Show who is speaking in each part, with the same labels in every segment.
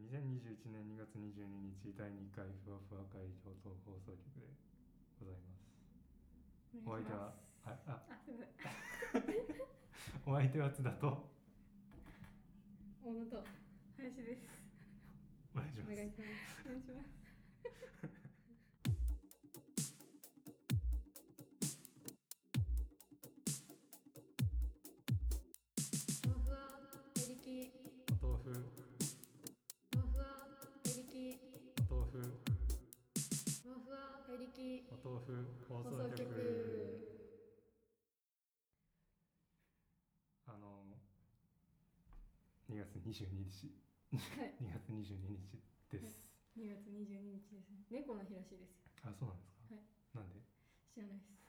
Speaker 1: 2021年2月22日第2回ふわふわ会上等放送局でございます。お相手は
Speaker 2: すいません
Speaker 1: お相手は津田と
Speaker 3: 大野と
Speaker 2: 林です。
Speaker 1: お願いします。
Speaker 3: お願いします。
Speaker 2: お願いします。
Speaker 3: ふわふわペリキ
Speaker 1: お豆腐
Speaker 3: ふわふわペリキ
Speaker 1: お豆腐
Speaker 3: ふわふわペリキ
Speaker 1: お豆腐放送
Speaker 2: 放送
Speaker 1: 局。
Speaker 2: 局
Speaker 1: 2月22日
Speaker 2: はい
Speaker 1: 2月22日です、
Speaker 2: 2月22日ですね。猫の日らしいですよ。
Speaker 1: あ、そうなんですか、
Speaker 2: はい、
Speaker 1: なんで
Speaker 2: 知らないです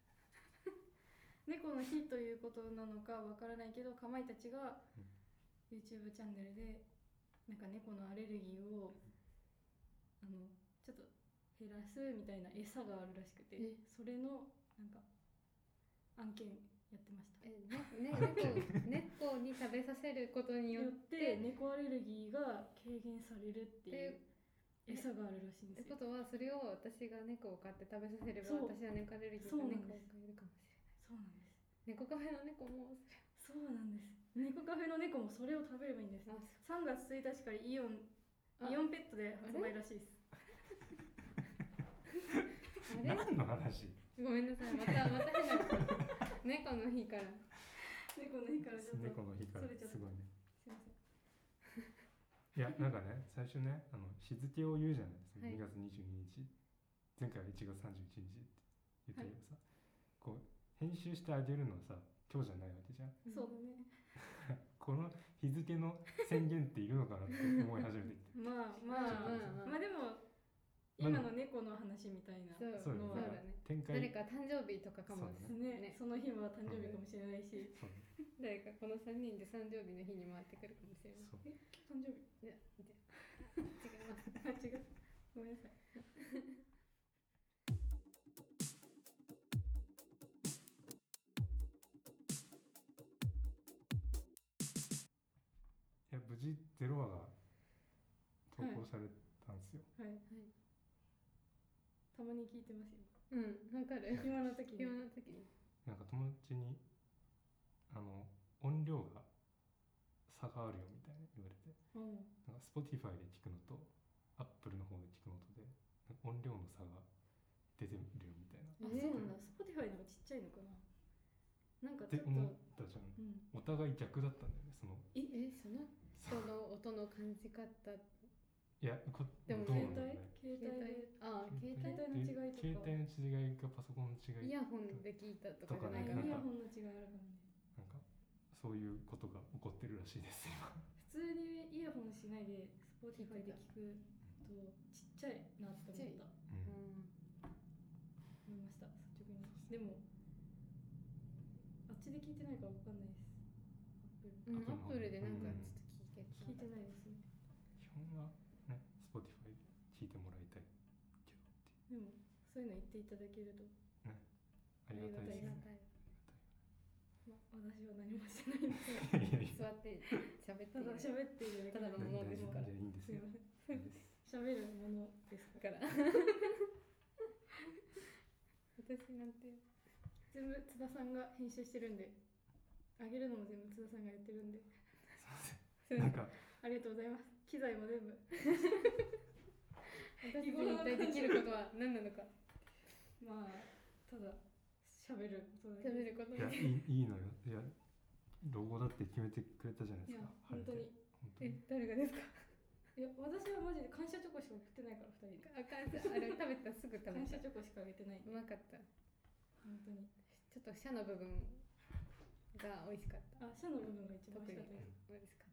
Speaker 2: 猫の日ということなのかわからないけど、かまいたちが YouTube チャンネルでなんか猫のアレルギーをちょっと減らすみたいな餌があるらしくて、それのなんか案件やってました。
Speaker 3: 猫に食べさせることによって
Speaker 2: 猫アレルギーが軽減されるっていう餌があるらしいんですよ。
Speaker 3: ってことは、それを私が猫を飼って食べさせれば、
Speaker 2: そう
Speaker 3: 私は猫アレルギー
Speaker 2: そう
Speaker 3: が
Speaker 2: なんです
Speaker 3: 猫を飼えるかもしれない。
Speaker 2: そうなんです。
Speaker 3: 猫カフェの猫も
Speaker 2: そうなんです。猫カフェの猫もそれを食べればいいんです。3月1日からイオンペットで発売らしいです。
Speaker 3: あれ
Speaker 1: 何の話。
Speaker 3: ごめんなさい、また変なこと猫の日から
Speaker 2: 猫の日からちょっと
Speaker 1: 猫の日から
Speaker 2: それちゃった。
Speaker 1: すごいね。
Speaker 2: すいません。
Speaker 1: いやなんかね、最初ね、日付を言うじゃないですか、
Speaker 3: はい
Speaker 1: 2月22日、前回は1月31日って言ったけどさ、こう編集してあげるのはさ、今日じゃないわけじゃん。
Speaker 2: そうだね。
Speaker 1: この日付の宣言っているのかなって思い始めてきて
Speaker 2: まあでも今の猫の話みたいな
Speaker 3: そう
Speaker 2: のは
Speaker 3: だね。
Speaker 1: 展開
Speaker 3: 誰か誕生日とかかも
Speaker 2: ですね。その日は誕生日かもしれないし、
Speaker 1: そう
Speaker 3: 誰かこの3人で誕生日の日に回ってくるかもしれない。
Speaker 1: そう
Speaker 2: 今日誕生日？
Speaker 3: いや違います。
Speaker 2: あ、違う。ごめんなさい。
Speaker 1: いや無事0話が投稿されたんですよ、
Speaker 2: はい。たまに聞いてますよ。
Speaker 3: わかる。
Speaker 2: 暇の時に。
Speaker 3: 暇の時に。
Speaker 1: なんか友達に音量が差があるよみたいな言われて、なんか Spotify で聞くのと Apple の方で聞くのとでなんか音量の差が出てるよみたいな
Speaker 2: あ、そうなんだ。Spotify の方がちっちゃいのかな。なんか
Speaker 1: って
Speaker 2: ちょっと、
Speaker 1: 思ったじゃん、お互い逆だったんだよね。その
Speaker 3: その人の音の感じ方。
Speaker 1: いや
Speaker 3: でも
Speaker 1: どうなんだろうね。
Speaker 2: 携帯で
Speaker 3: 携
Speaker 2: 帯の違いとか、
Speaker 1: 携帯の違いかパソコンの違い
Speaker 3: 帯イヤホンで聞いたとかじゃないか
Speaker 1: なんか
Speaker 2: イヤホンの違いあるかもね。
Speaker 1: なんかそういうことが起こってるらしいです今。
Speaker 2: 普通にイヤホンしないで Spotify で聞くとちっちゃいなって思った。思いました率直に。でもあっちで聞いてないから分かんないです。
Speaker 3: アップルでなんかちょっと
Speaker 2: 聞いてないですね。
Speaker 1: 基本はね Spotify で聞いてもらいたいけどって
Speaker 2: でもそういうの言っていただけると
Speaker 1: ね、ありがたいですね。
Speaker 2: まあ、私は何もしてないんです
Speaker 3: 座って喋って
Speaker 2: ただ喋っているだけ
Speaker 3: ただのものですから。
Speaker 1: いいんですよ。
Speaker 2: すいません。喋るものですから
Speaker 3: 私なんて
Speaker 2: 全部津田さんが編集してるんで、あげるのも全部津田さんがやってるんで、
Speaker 1: すいません。なんか
Speaker 2: ありがとうございます。機材も全部
Speaker 3: 私たちに一体できることは何なのか。
Speaker 2: まあただ喋ることだけ。
Speaker 3: 喋ること
Speaker 1: いやいいのよ。いやロゴだって決めてくれたじゃないですか。
Speaker 2: いや本当に。
Speaker 3: 誰がですか。
Speaker 2: いや私はマジで感謝チョコしか送ってないから、2人で。
Speaker 3: あれ食べたすぐ食べた。
Speaker 2: 感謝チョコしかあげてない。
Speaker 3: うまかった。
Speaker 2: 本当に。
Speaker 3: ちょっとシャの部分が美味しかった。
Speaker 2: あ、シャの部分が一番美味しかったです。
Speaker 3: 美味しかった。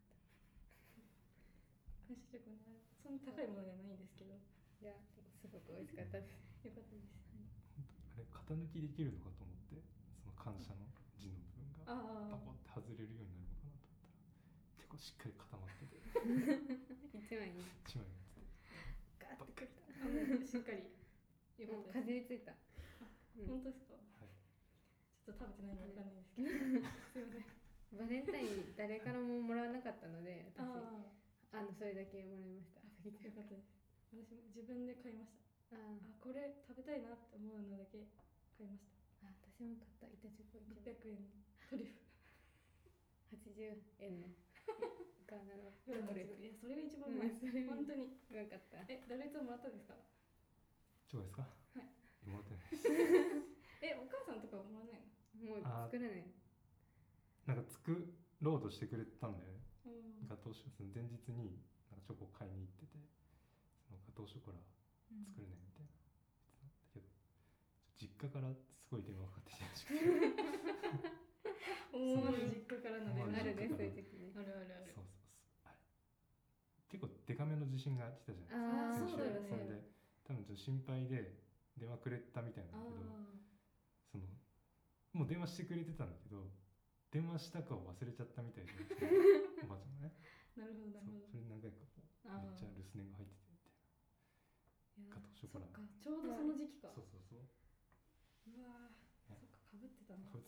Speaker 2: 感謝チョコね、そんな高いものじゃないんですけど。
Speaker 3: いやすごく美味しかったです。
Speaker 2: よかったです。
Speaker 1: あれ型抜きできるのかと思って、その感謝の字の部分がパコって外れるようになるのかなと思ったら結構しっかり固まってて
Speaker 3: 一枚に
Speaker 1: 一枚になってて
Speaker 3: ガッてくった
Speaker 2: しっかりよかったです。
Speaker 3: 風についた。
Speaker 2: 本当ですか。
Speaker 1: はい。
Speaker 2: ちょっと食べてないのわかんないですけどすいません。
Speaker 3: バレンタイン誰からももらわなかったので、私それだけもらいました。
Speaker 2: よかったです。私も自分で買いました。これ食べたいなって思うのだけ買いました。
Speaker 3: 私も買った板チョコ
Speaker 2: 600円のトリュフ
Speaker 3: 80円のガーナの
Speaker 2: チョコレート。いやそれが一番うまい、本当に
Speaker 3: うまかった。
Speaker 2: 誰ともらったんですか？
Speaker 1: そうですか？
Speaker 2: はい。
Speaker 1: もらってないです。
Speaker 2: お母さんとかもらわないの？
Speaker 3: もう作らない。
Speaker 1: なんか作ろうとしてくれたんだよね。
Speaker 2: ガ
Speaker 1: トーショコラ、その前日になんかチョコ買いに行ってて、そのガトーショコラ作れないみたいな、だけど実家からすごい電話かかってきたらしくて
Speaker 2: 思わぬ実家からの電話。
Speaker 3: あるね、そういう時ね。
Speaker 2: あるあるある。
Speaker 1: そうあれ結構デカめの地震が来たじゃないですか。
Speaker 2: そうだよね。
Speaker 1: それで多分ちょっと心配で電話くれたみたいなんだけど、そのもう電話してくれてたんだけど、電話したかを忘れちゃったみたいでおばあちゃんがね。
Speaker 2: なるほどなるほど。
Speaker 1: それ何回かこうめっちゃ留守電が入っててみたいな。ガトーショコラ。
Speaker 2: そっか、ちょうどその時期か。
Speaker 1: そう。
Speaker 2: うわー、そっか、かぶってたね。
Speaker 3: 妹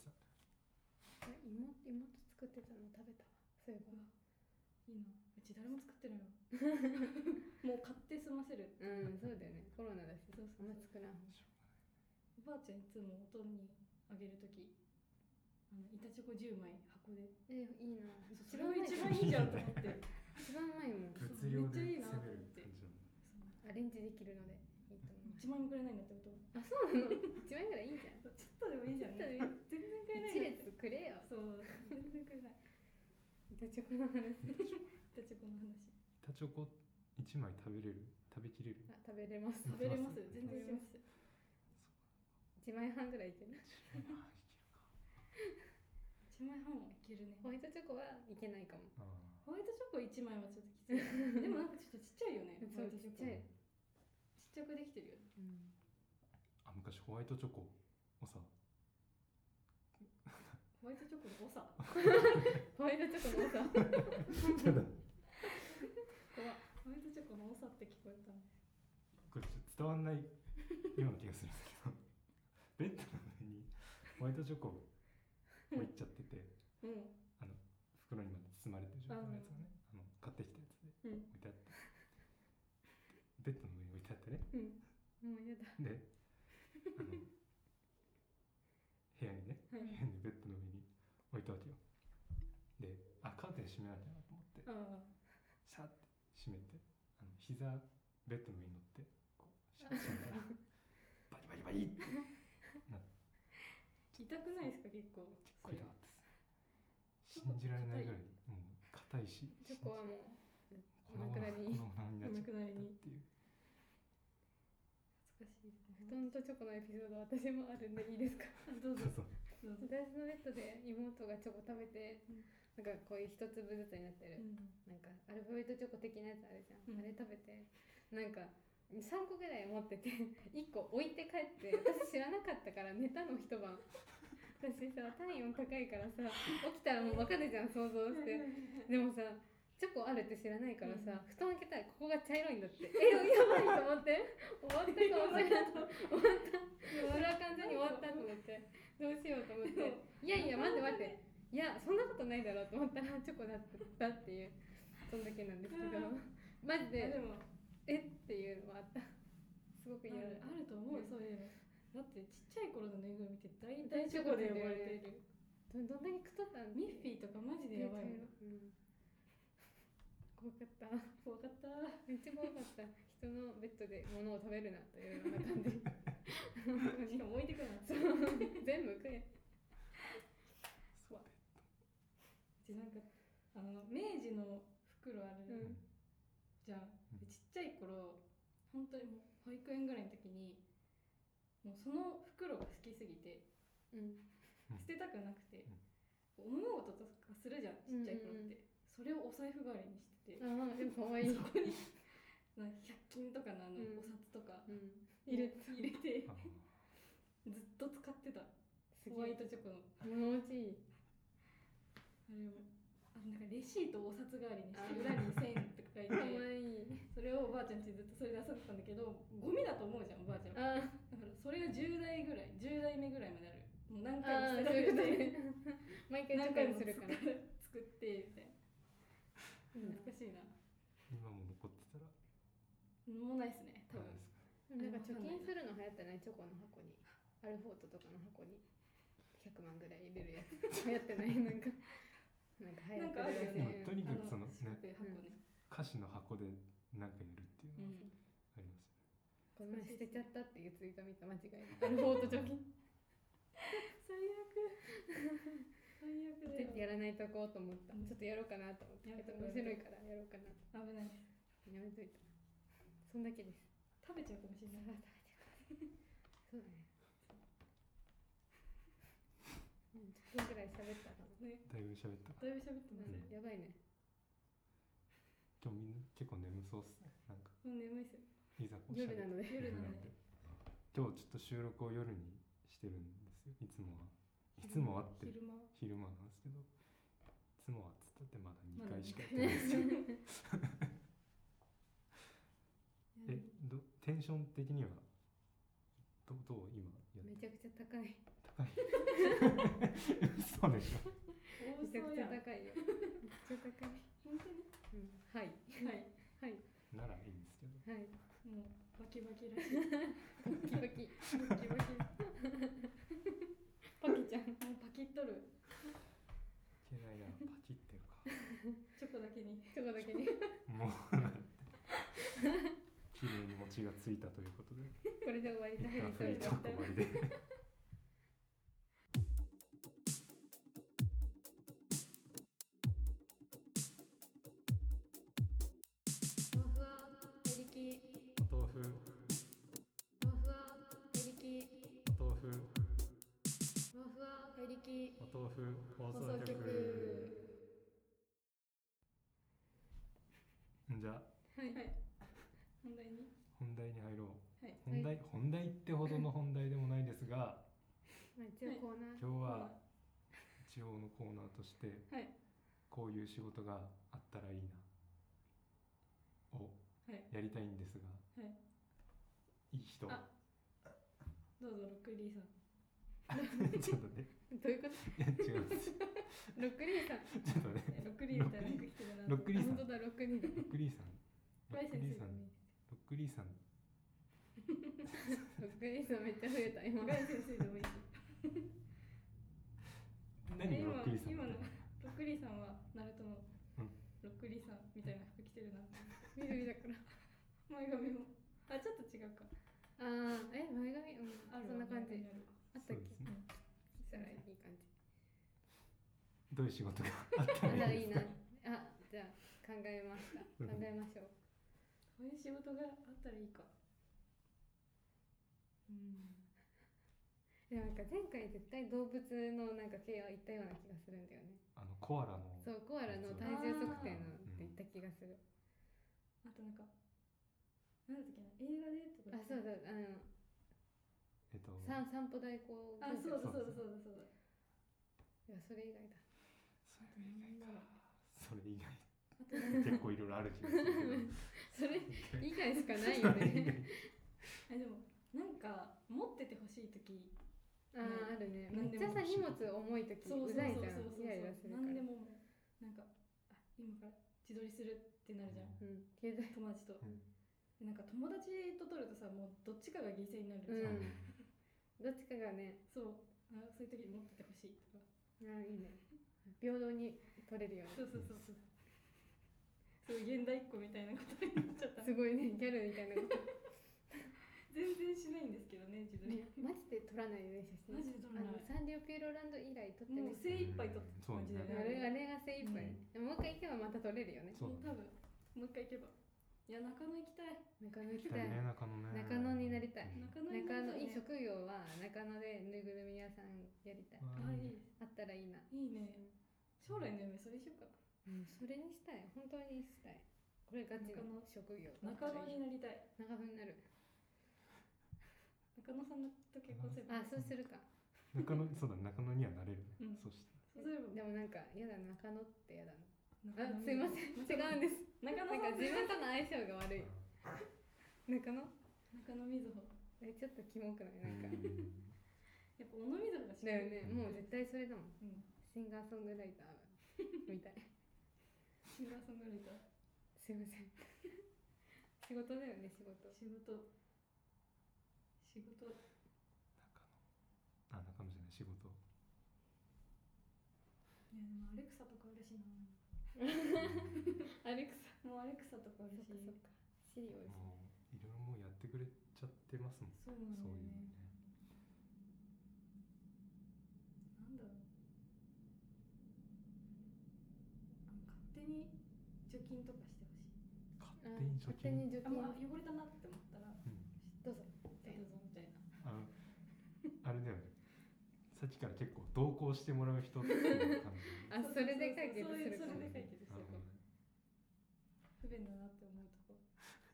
Speaker 3: 作ってたの食べたわ。そういえば。
Speaker 2: いいな。うち誰も作ってないよ。もう買って済ませる。
Speaker 3: そうだよね。コロナだし、あんま作らん。
Speaker 2: おばあちゃんいつもおとんにあげるとき、板チョコ10枚箱で。
Speaker 3: いいな。
Speaker 2: それが一番いいじゃんと思って。
Speaker 3: 一番うまいもん。
Speaker 1: 物量で
Speaker 2: めっちゃいいなと思って。
Speaker 3: アレンジできるのでいいと思う。
Speaker 2: 1万円もくれないんだってこと？
Speaker 3: あ、そうなの？1万円ぐらいいいじゃん。
Speaker 2: ちょっとでもいいじゃん。全然くれない。
Speaker 3: 1列くれよ。
Speaker 2: そう、全然くれない。
Speaker 3: 板チョコの話。
Speaker 2: 板チョコの話。
Speaker 1: 板チョコ1枚食べきれる？
Speaker 3: 食べれます。
Speaker 2: 全然いけます。
Speaker 3: 1枚半ぐらいいける。
Speaker 2: 1枚半はいけるね。
Speaker 3: ホワイトチョコはいけないかも。
Speaker 2: ホワイトチョコ1枚はちょっときつい。でもなんかちょっとちっちゃいよね。
Speaker 3: そう、ちっちゃい。
Speaker 2: ちっちゃくできてるよね。
Speaker 1: 昔ホワイトチョコをさ、
Speaker 2: ホワイトチョコの長。
Speaker 3: ホワイトチョコの長。
Speaker 2: ホワイトチョコの長って聞こえたんです。
Speaker 1: これ伝わんないような気がするんですけど、ベッドの上にホワイトチョコ置いちゃってて、袋にまで包まれてる状態のやつがね、買ってきたやつで置いてあって、ベッドの上に置いてあってね。
Speaker 3: もうやだ。
Speaker 1: で、部屋にね、ベッドの上に置いたわけよ。で、カーテン閉めなきゃなと思って、シャーって閉めて、膝ベッドの上に乗ってこうシャーって閉めたらバリバリバリってなって。
Speaker 2: 痛くないですか？結構
Speaker 1: これだって信じられないぐらいもう硬いし、
Speaker 3: チョコはもう
Speaker 1: 粉々になっちゃったっていう。
Speaker 2: 恥ずかしいですね。
Speaker 3: 布団とチョコのエピソード私もあるんでいいですか？
Speaker 2: どうぞ。
Speaker 3: 私のベッドで妹がチョコ食べて、なんかこういう一粒ずつになってる、なんかアルファベットチョコ的なやつあるじゃん、あれ食べてなんか3個ぐらい持ってて1個置いて帰って、私知らなかったから寝たの一晩。私さ、体温高いからさ、起きたらもう分かるじゃん、想像して。でもさ、チョコあるって知らないからさ、布団開けたらここが茶色いんだって。やばいと思って、終わったかもしれない。終わった。それは完全に終わったと思って、どうしようと思って、いや待って、いやそんなことないだろうと思ったらチョコだったっていう、そんだけなんですけど、マジでっていうのはあった。すごく嫌だ。
Speaker 2: あると思う、そういうの。だってちっちゃい頃のぬいぐるみって大体チョコで呼ばれてる。
Speaker 3: どんなに食っとったん？
Speaker 2: ミッフィーとかマジでやばいよ。
Speaker 3: 怖かった。めっちゃ怖かった。人のベッドで物を食べるなというような感じ。
Speaker 2: しかも置いてくな。
Speaker 3: 全部食え。
Speaker 2: そう。なんか明治の袋あるじゃん。ちっちゃい頃本当にもう保育園ぐらいの時にもうその袋が好きすぎて、捨てたくなくて、おままごととかするじゃん、ちっちゃい頃って。それをお財布代わりにしてて、
Speaker 3: でもかわいい。
Speaker 2: そこに100均とかのお札とか入れてずっと使ってた。ホワイトチョコの
Speaker 3: 物持ちいい。
Speaker 2: あれもなんかレシートをお札代わりにして裏に1000円とか書いて、それをおばあちゃんちずっとそれで遊んでたんだけど、ゴミだと思うじゃんおばあちゃん。だからそれが10代目ぐらいまである。もう何回も捨てたくて
Speaker 3: 毎回チョコにするから
Speaker 2: 作ってみたいな。懐かしいな。
Speaker 1: 今も残ってたら
Speaker 2: もうないですね多分。
Speaker 3: なんか貯金するの流行ったね、チョコの箱にアルフォートとかの箱に100万ぐらい入れるやつ流行ってない？なんか流行ってるよね。
Speaker 1: とにかくそのね、
Speaker 2: 箱ね、
Speaker 1: 菓子の箱で何かやるっていうのはありますよね。
Speaker 3: この前捨てちゃったっていうツイート見た、間違いない。アルフォート貯金
Speaker 2: 最悪最悪だよ。
Speaker 3: やらないとこうと思った。ちょっとやろうかなと思って。面白いからやろうかな。
Speaker 2: 危ないです。
Speaker 3: やめといた。そんだけです。
Speaker 2: 食べちゃうかもしれない。
Speaker 3: そうだね。10分ぐらい喋ったかもね。
Speaker 1: だいぶ喋った。
Speaker 2: だいぶ喋ってますね。
Speaker 3: やばいね。
Speaker 1: 今日みんな結構眠そうっすね。なんか。
Speaker 2: もう眠いっすよ。
Speaker 1: いざ
Speaker 3: 夜なので。
Speaker 2: 夜なので。
Speaker 1: 今日ちょっと収録を夜にしてるんですよ。いつもはって昼間なんですけど、いつもはつったってまだ2回しかやってないですよ。テンション的にはどう今やって
Speaker 3: めちゃくちゃ高い。
Speaker 1: 高い嘘でしょ。
Speaker 3: めちゃくちゃ高いよ。めっちゃ高い。
Speaker 2: 本当に？
Speaker 3: はいはい
Speaker 1: ならいいんですけど。
Speaker 3: はい。
Speaker 2: もうバキバキらしい。
Speaker 3: バキバキ
Speaker 2: バキバキ。
Speaker 3: パキちゃん
Speaker 2: もうパキっとる。
Speaker 1: いけないな、パキってるか。
Speaker 2: チョコだけに。
Speaker 1: もう綺麗に餅がついたということで。
Speaker 3: これで終わりだ。
Speaker 1: フリートーク終わりで。
Speaker 2: ふわふわエリキ。
Speaker 1: お豆腐。
Speaker 2: ふわふわエリキ。
Speaker 1: お豆腐。
Speaker 2: ふわふわエリキ。
Speaker 1: お豆腐放送
Speaker 2: 放送
Speaker 1: 局。
Speaker 2: 局。
Speaker 1: じゃあ、
Speaker 2: はい。本題に
Speaker 1: 入ろう。
Speaker 2: はい。
Speaker 1: 本題ってほどの本題でもないですが、
Speaker 3: まあ一応コーナー。
Speaker 1: 今日は一応のコーナーとして、
Speaker 2: はい。
Speaker 1: こういう仕事があったらいいなをやりたいんですが、
Speaker 2: はい。
Speaker 1: いい人。
Speaker 2: あ、どうぞロックリーさん。
Speaker 1: ちょっとね。
Speaker 3: どういうこと？
Speaker 1: 違うんです。
Speaker 3: ロックリーさん。
Speaker 1: ちょっとね。
Speaker 2: ロックリーみたいな服着てるな。
Speaker 1: ロックリーさん。
Speaker 3: 本当だ、ロックリーだ。
Speaker 1: ロックリーさん。
Speaker 2: ロックリーさん。
Speaker 1: ロックリーさん。
Speaker 3: ロックリーさんめっちゃ増えた今。
Speaker 2: ガイ先生でもいいし。
Speaker 1: 何ロックリーさん。
Speaker 2: 今のロックリーさんはナルトのロックリーさんみたいな服着てるな。
Speaker 3: 緑だから。
Speaker 2: 前髪も。あ、ちょっと違うか。
Speaker 3: ああ、前髪、
Speaker 2: ある。
Speaker 3: そんな感じ。あったっけ？したらいい感じ。
Speaker 1: どういう仕事があったらいいな。
Speaker 3: あ、じゃあ考えました。考えましょう。
Speaker 2: こういう仕事があったらいいか。
Speaker 3: でもなんか前回絶対動物のなんか系は言ったような気がするんだよね。
Speaker 1: コアラの。
Speaker 3: そう、コアラの体重測定のって言った気がする。
Speaker 2: あとなんかなんだっけな、映画でとか。
Speaker 3: あ、そうだ、散歩代行。
Speaker 2: あ、そうだ。
Speaker 3: いや、それ以外だ。
Speaker 1: それ以外結構いろいろある気がするけど。
Speaker 3: それ以外しかないよね。
Speaker 2: でもなんか持っててほしい時
Speaker 3: あるね。めっちゃさ、荷物重い時うざいじゃん。イライラするから。
Speaker 2: 何でもなんか今から自撮りするってなるじゃん。友達と。なんか友達と撮るとさ、もうどっちかが犠牲になるじゃん。
Speaker 3: どっちかがね。
Speaker 2: そういう時に持っててほしいとか。
Speaker 3: いいね。平等に撮れるように。
Speaker 2: そう現代っ子みたいなことになっちゃった。
Speaker 3: すごいね、ギャルみたいなこと。
Speaker 2: 全然しないんですけどね、自撮り。
Speaker 3: マジで撮らないでね、写真。
Speaker 2: マジで撮らない。
Speaker 3: サンリオピューロランド以来撮ってね。
Speaker 2: もう精一杯撮って感じだよね。
Speaker 3: あれが精一杯。もう一回行けばまた撮れるよね。
Speaker 2: 多分もう一回行けば。いや、中野行きたい。
Speaker 3: 中野行きたい。
Speaker 1: 中
Speaker 3: 野になりたい。
Speaker 2: 中野
Speaker 3: いい職業は中野でぬいぐるみ屋さんやりたい。あったらいいな。
Speaker 2: いいね。将来の夢それしようかな。
Speaker 3: それにしたい。本当にしたい。これガチの職業。
Speaker 2: 中野になりたい。
Speaker 3: 中野になる。
Speaker 2: 中野さんのと結婚する。
Speaker 3: あ、そうするか。
Speaker 1: そうだ、中野にはなれるね。そして
Speaker 3: でもなんかやだ、中野ってやだな。すいません、違うんです。なんか自分との相性が悪い。中野みずほ。ちょっとキモくない？なんか
Speaker 2: やっぱ小野みずほが
Speaker 3: だよね。もう絶対それだもん。シンガーソングライターみたい。
Speaker 2: シンガーソングライター。
Speaker 3: すいません仕事だよね、仕事。
Speaker 2: 仕事
Speaker 1: 中野じゃない、仕事。
Speaker 2: いやでもアレクサとかあるしな。
Speaker 3: アレクサ。
Speaker 2: もうアレクサとかあるし。
Speaker 3: そっか。シリオです。
Speaker 1: もういろいろもうやってくれちゃってますもん。
Speaker 2: そうなんだよね。
Speaker 1: そういうのね。
Speaker 2: なんだろう。勝手に除菌とかしてほしい。
Speaker 1: 勝手に除菌。
Speaker 2: 汚れたなって思ったら、どうぞどうぞみたいな。
Speaker 1: あれだよね。さっきから結構同行してもらう人っていう感じ。
Speaker 3: それで解決するかも。
Speaker 2: それで解決するかも。不便だなって思うとこ。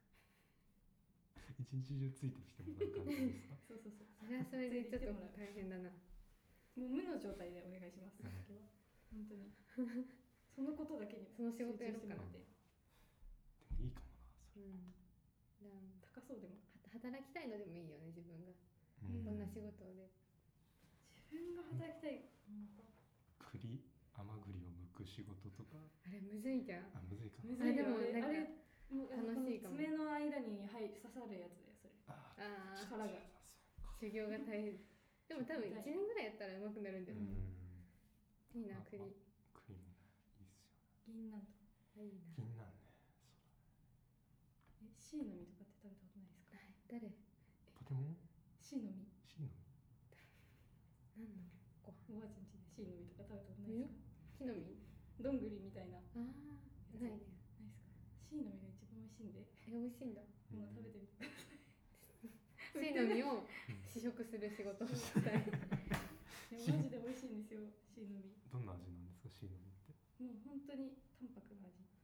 Speaker 1: 一日中ついてきてもらう感じですか。
Speaker 2: そう。
Speaker 3: それはそれでちょっと大変だな。
Speaker 2: もう無の状態でお願いします。本当に。そのことだけに。
Speaker 3: その仕事やろうかな。
Speaker 1: でもいいかもな、それ。
Speaker 2: 高そうでも。
Speaker 3: 働きたいのでもいいよね、自分が。こんな仕事で。
Speaker 2: 自分が働きたい。
Speaker 1: 甘栗を剥く仕事とか。
Speaker 3: あれむずいじゃん。
Speaker 1: むずいかな。
Speaker 2: むずいよ。
Speaker 3: でもなんか
Speaker 2: 楽しいかも。爪の間に刺さるやつだよ、それ。殻が。
Speaker 3: 修行が大変。でも多分1年ぐらいやったら上手くなるんじゃない？いいな、栗。
Speaker 1: 栗もね、いいっすよ。
Speaker 2: 銀杏とか。
Speaker 3: いいな。
Speaker 1: 銀杏ね。
Speaker 2: シイの実とかって食べたことないですか？
Speaker 3: 誰？
Speaker 1: ポケモン？
Speaker 2: シイの実。
Speaker 3: 何の？
Speaker 2: おばあちゃんちでシイの実とか食べたことないですか？
Speaker 3: 木の実？
Speaker 2: どんぐりみたいな。
Speaker 3: ないね。
Speaker 2: ないですか？シイの実が一番美味しいんで。
Speaker 3: 美味しいんだ。
Speaker 2: もう食べてみてください。
Speaker 3: シイの実を試食する仕事をしたい。
Speaker 2: マジで美味しいんですよ、シイの実。
Speaker 1: どんな味なんですか、シイの実って？
Speaker 2: もう本当に淡白な味。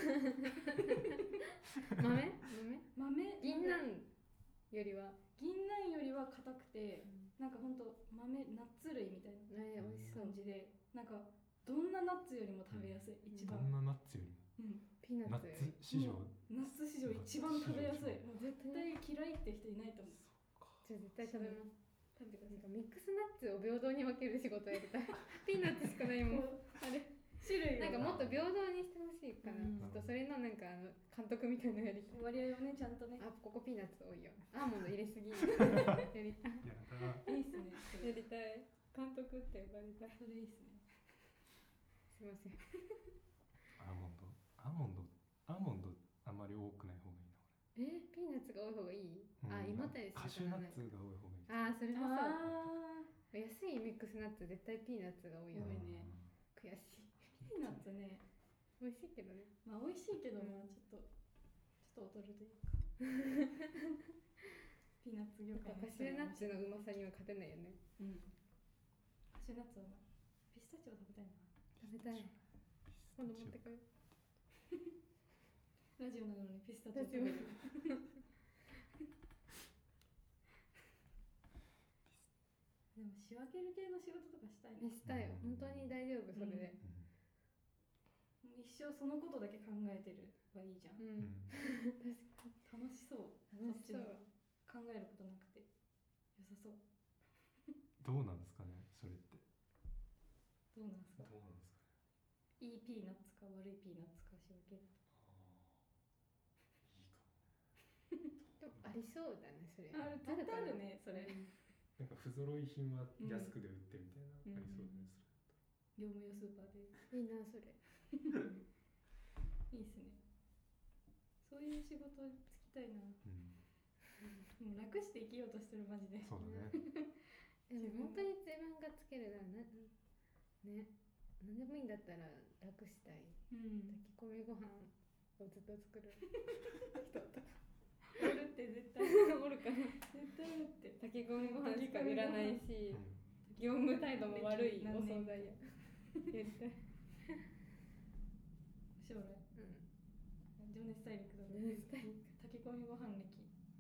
Speaker 2: 豆？
Speaker 3: 銀杏よりは
Speaker 2: 硬くて、なんか本当豆ナッツ類みたいな
Speaker 3: 美味しそう
Speaker 2: 感じで、なんかどんなナッツよりも食べやすい、一番。
Speaker 1: どんなナッツよりも。
Speaker 3: ピーナッツ
Speaker 1: 史上
Speaker 2: 一番食べやすい。もう絶対嫌いって人いないと思う。
Speaker 3: じゃあ絶対食べます。
Speaker 2: 食べてください。
Speaker 3: ミックスナッツを平等に分ける仕事やりたい。ピーナッツしかないもん。あれ
Speaker 2: 種類
Speaker 3: なんかもっと平等にしてほしいかな。ちょっとそれのなんか監督みたいなのやりたい。
Speaker 2: 割合をね、ちゃんとね。
Speaker 3: ここピーナッツ多いよ。アーモンド入れすぎ。やりたい。
Speaker 2: いいっすね。
Speaker 3: やりたい。監督って呼ばれたい。
Speaker 2: それいいっすね。
Speaker 3: すいません。
Speaker 1: アーモンドあんまり多くない方がいいな。
Speaker 3: ピーナッツが多い方がいい？胃もたれするからね。
Speaker 1: カシューナッツが多い方がいい。
Speaker 3: それもそう。安いミックスナッツ絶対ピーナッツが多いよね。悔しい。
Speaker 2: ピーナッツね、
Speaker 3: 美味しいけどね。
Speaker 2: まあ美味しいけど、まあちょっと劣るというか。ピーナッツ業界
Speaker 3: カシューナッツのうまさには勝てないよね。
Speaker 2: カシューナッツはピスタチオ食べたいな。
Speaker 3: 食べたい。今度持ってこよう。
Speaker 2: ラジオなのにピスタチオ食べる。でも仕分ける系の仕事とかしたいね。
Speaker 3: したいよ。本当に大丈夫それで。
Speaker 2: 一生そのことだけ考えてるはいいじゃん。楽しそう。考えることなくて良さそう。
Speaker 1: どうなんですかね、それって。
Speaker 2: どうなんですか。いいピーナッツか悪いピーナッツか仕分ける。
Speaker 3: ありそうだね、それ。
Speaker 2: 絶対あるね、それ。
Speaker 1: なんか不揃い品は安くで売ってみたいな、ありそうだね、
Speaker 2: 業務用スーパーで。
Speaker 3: いいな、それ。
Speaker 2: いいっすね。そういう仕事つきたいな。もう楽して生きようとしてる、マジで。
Speaker 1: そうだね。
Speaker 3: でも本当に自分がつけるならね、何でもいいんだったら楽したい。炊き込みご飯をずっと作る人とか。
Speaker 2: おるって絶対
Speaker 3: おるかな。
Speaker 2: 絶対おるって。
Speaker 3: 炊き込みご飯しか売らないし、業務態度も悪いお惣菜や。やりたい。
Speaker 2: 将来。情熱大陸だろ。炊き込みご飯歴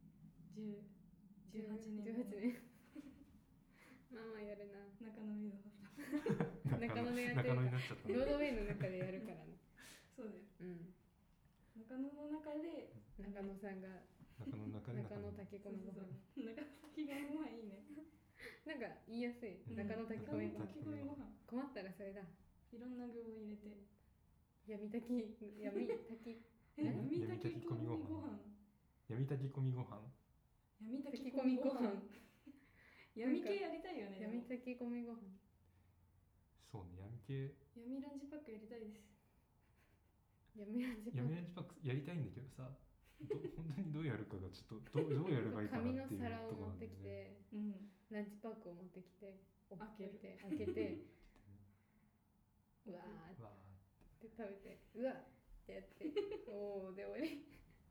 Speaker 2: 18年。
Speaker 3: まあやるな。
Speaker 2: 中野ミドハ
Speaker 3: 中野でやってる。ロードウェイの中でやるからね。
Speaker 2: そうだよ。中野の中で
Speaker 3: 中野さんが中野炊き込みご飯。
Speaker 2: 中野炊き込みご飯いいね。
Speaker 3: なんか言いやすい。中野炊き込みご飯。困ったらそれだ。
Speaker 2: いろんな具を入れて。
Speaker 3: 闇炊き
Speaker 2: 闇炊き込みご飯。
Speaker 1: 闇炊き込みご飯。
Speaker 2: 闇炊き込みご飯。闇系やりたいよね。
Speaker 3: 闇炊き込みご飯。
Speaker 1: そうね、闇系。
Speaker 2: 闇ランチパックやりたいです。
Speaker 3: 闇ランチパック。
Speaker 1: 闇ランチパックやりたいんだけどさ、本当にどうやるかがちょっとどうやればいいかなっていう
Speaker 3: 紙の皿を
Speaker 1: ところ
Speaker 3: 持ってきて、ランチパックを持ってきて、開けて、うわーって食べて、うわってやって、おーで終わり。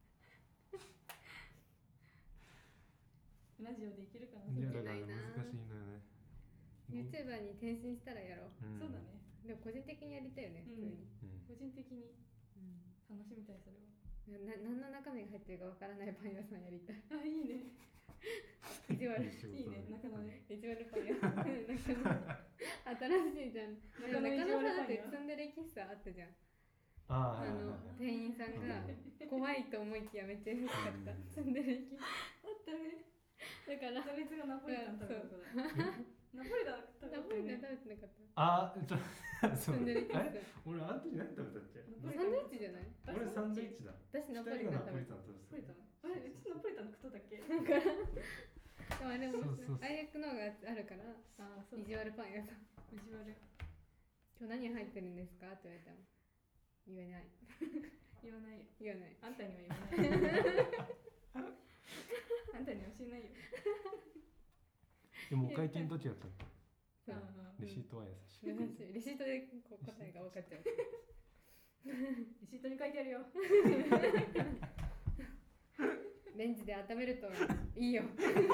Speaker 2: ラジオできるかな。
Speaker 1: いやだから難しいのよね。
Speaker 3: YouTuber に転身したらやろう。
Speaker 2: そうだね。
Speaker 3: でも個人的にやりたいよね、普通に。
Speaker 2: 個人的に楽しみたいそれは。
Speaker 3: 何の中身が入ってるかわからないパン屋さんやりたい。
Speaker 2: あ、いいね。
Speaker 3: 意地悪。
Speaker 2: いいね、中野ね。
Speaker 3: 意地悪パン屋さん。新しいじゃん。中野さんだってツンデレ喫茶あったじゃん。店員さんが怖いと思いきやめっちゃ優しかった。ツンデレ喫茶。
Speaker 2: あったね。
Speaker 3: だから
Speaker 2: そいつがナポリタン食べたことだ。ナポリタン食べてなかった。
Speaker 1: あ、ちょっと
Speaker 3: ツンデレ喫茶。
Speaker 1: 俺あの時何食べたっけ？
Speaker 3: サンドイッチじゃない？
Speaker 1: 俺サンドイッチだ。
Speaker 3: 私ナポリタン食べた。
Speaker 2: あれ、うちナポリタン食っとったっけ？
Speaker 3: だから。でもあれのがあるから。意地悪パン屋さん。
Speaker 2: 意地悪。
Speaker 3: 今日何入ってるんですかって言われたら言えない。
Speaker 2: 言わないよ。
Speaker 3: 言わない。
Speaker 2: あんたには言わない。あんたに教えないよ。
Speaker 1: でもお会計の時はちょっとレシートは優しい。
Speaker 3: レシートでこう答えが分かっちゃう。
Speaker 2: レシートに書いてあるよ。
Speaker 3: レンジで温めるといいよ。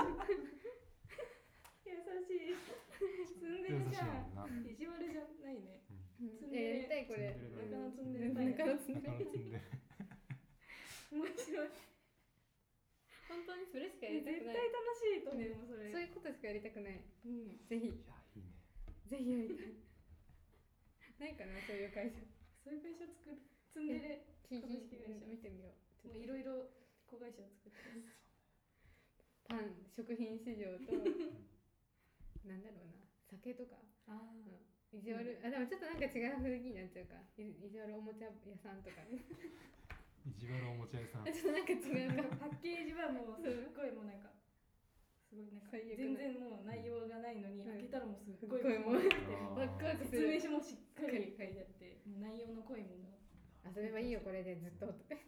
Speaker 2: 優しい。ツンデレじゃん。意地悪じゃないね。
Speaker 3: やりたいこれ。
Speaker 2: 中野ツンデレ。
Speaker 3: 中野ツンデレ。
Speaker 2: 面白い。
Speaker 3: 本当にそれしかやりたくない。
Speaker 2: 絶対楽しいと思うそれ。
Speaker 3: そういうことしかやりたくない。ぜひ。
Speaker 1: いやいいね。
Speaker 3: ぜひやりたい。ないかなそういう会社。
Speaker 2: そういう会社作る。ツンデレ株式会社。
Speaker 3: 見てみよう。
Speaker 2: いろいろ子会社を作って。
Speaker 3: パン食品市場となんだろうな酒とか。意地悪。でもちょっとなんか違う雰囲気になっちゃうか。意地悪おもちゃ屋さんとか。
Speaker 1: 意地悪おもちゃ屋さん。
Speaker 3: ちょっとなんか違うか。
Speaker 2: パッケージはもうすっごいもうなんかすごいなんか全然もう内容がないのに開けたらもうすっごいもうワクワクする。説明書もしっかり書いてあって内容の濃いもの。
Speaker 3: 遊べばいいよこれでずっととか。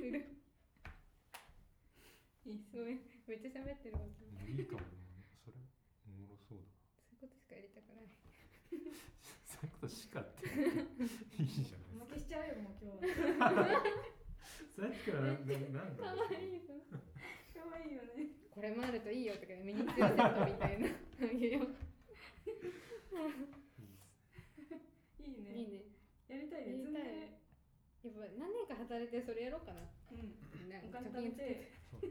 Speaker 3: いいすごいめっちゃ喋ってるわ。
Speaker 1: いいかもね。それおもろそうだ。
Speaker 3: そういうことしかやりたくない。
Speaker 1: そういうことしかっていいじゃない。
Speaker 2: 負けしちゃうよもう今日は。
Speaker 1: さっきからなんだ
Speaker 3: かわいいぞ。
Speaker 2: かわいいよね。
Speaker 3: これもあるといいよとかミニチュアセットみたいな。いいよ。
Speaker 2: いいね。
Speaker 3: いいね。
Speaker 2: やりたいね。や
Speaker 3: っぱ何年か働いてそれやろうかな。
Speaker 2: お金貯めて。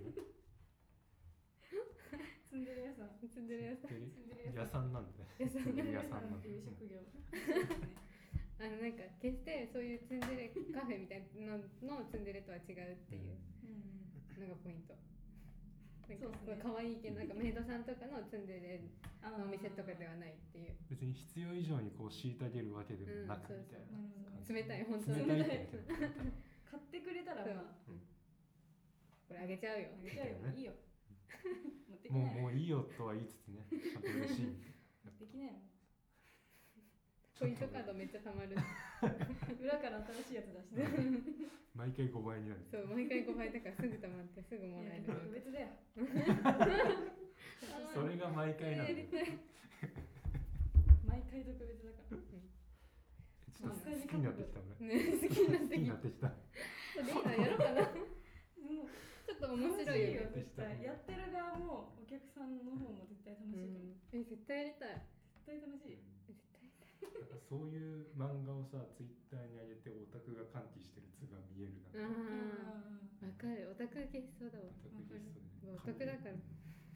Speaker 2: ツンデレ屋さん。
Speaker 3: ツンデレ屋さん。
Speaker 1: 屋さんなんだね。
Speaker 3: 屋さん
Speaker 2: っていう職業。
Speaker 3: なんか決してそういうツンデレカフェみたいなのツンデレとは違うっていうのがポイント。なんか可愛いけどなんかメイドさんとかのツンデレのお店とかではないっていう。
Speaker 1: 別に必要以上にこう虐げるわけでもなくみたいな。
Speaker 3: 冷たい本当に。
Speaker 1: 冷たい。
Speaker 2: 買ってくれたらまあ
Speaker 3: これあげちゃうよ。
Speaker 2: あげちゃうよ。いいよ。
Speaker 1: もういいよとは言いつつね。ちゃんと嬉しい。
Speaker 2: できないもん。
Speaker 3: ポイントカードめっちゃたまる。
Speaker 2: 裏から新しいやつ出して。
Speaker 1: 毎回5倍になる。
Speaker 3: そう毎回5倍だからすぐたまってすぐもらえる。
Speaker 2: 特別だよ。
Speaker 1: それが毎回なんだ。
Speaker 2: 毎回特別だから。
Speaker 1: ちょっと好きになってきた俺。
Speaker 3: ね好きになってきた。リーダーやろうかな。ちょっと面白いよ。
Speaker 2: 絶対やってる側もお客さんの方も絶対楽しいと思う。
Speaker 3: 絶対やりたい。
Speaker 2: 絶対楽しい。
Speaker 1: そういう漫画をさツイッターに上げてオタクが歓喜してる図が見えるな。
Speaker 3: わかる。オタクゲストだわ。
Speaker 1: オタクゲストね。
Speaker 3: オタクだから。いや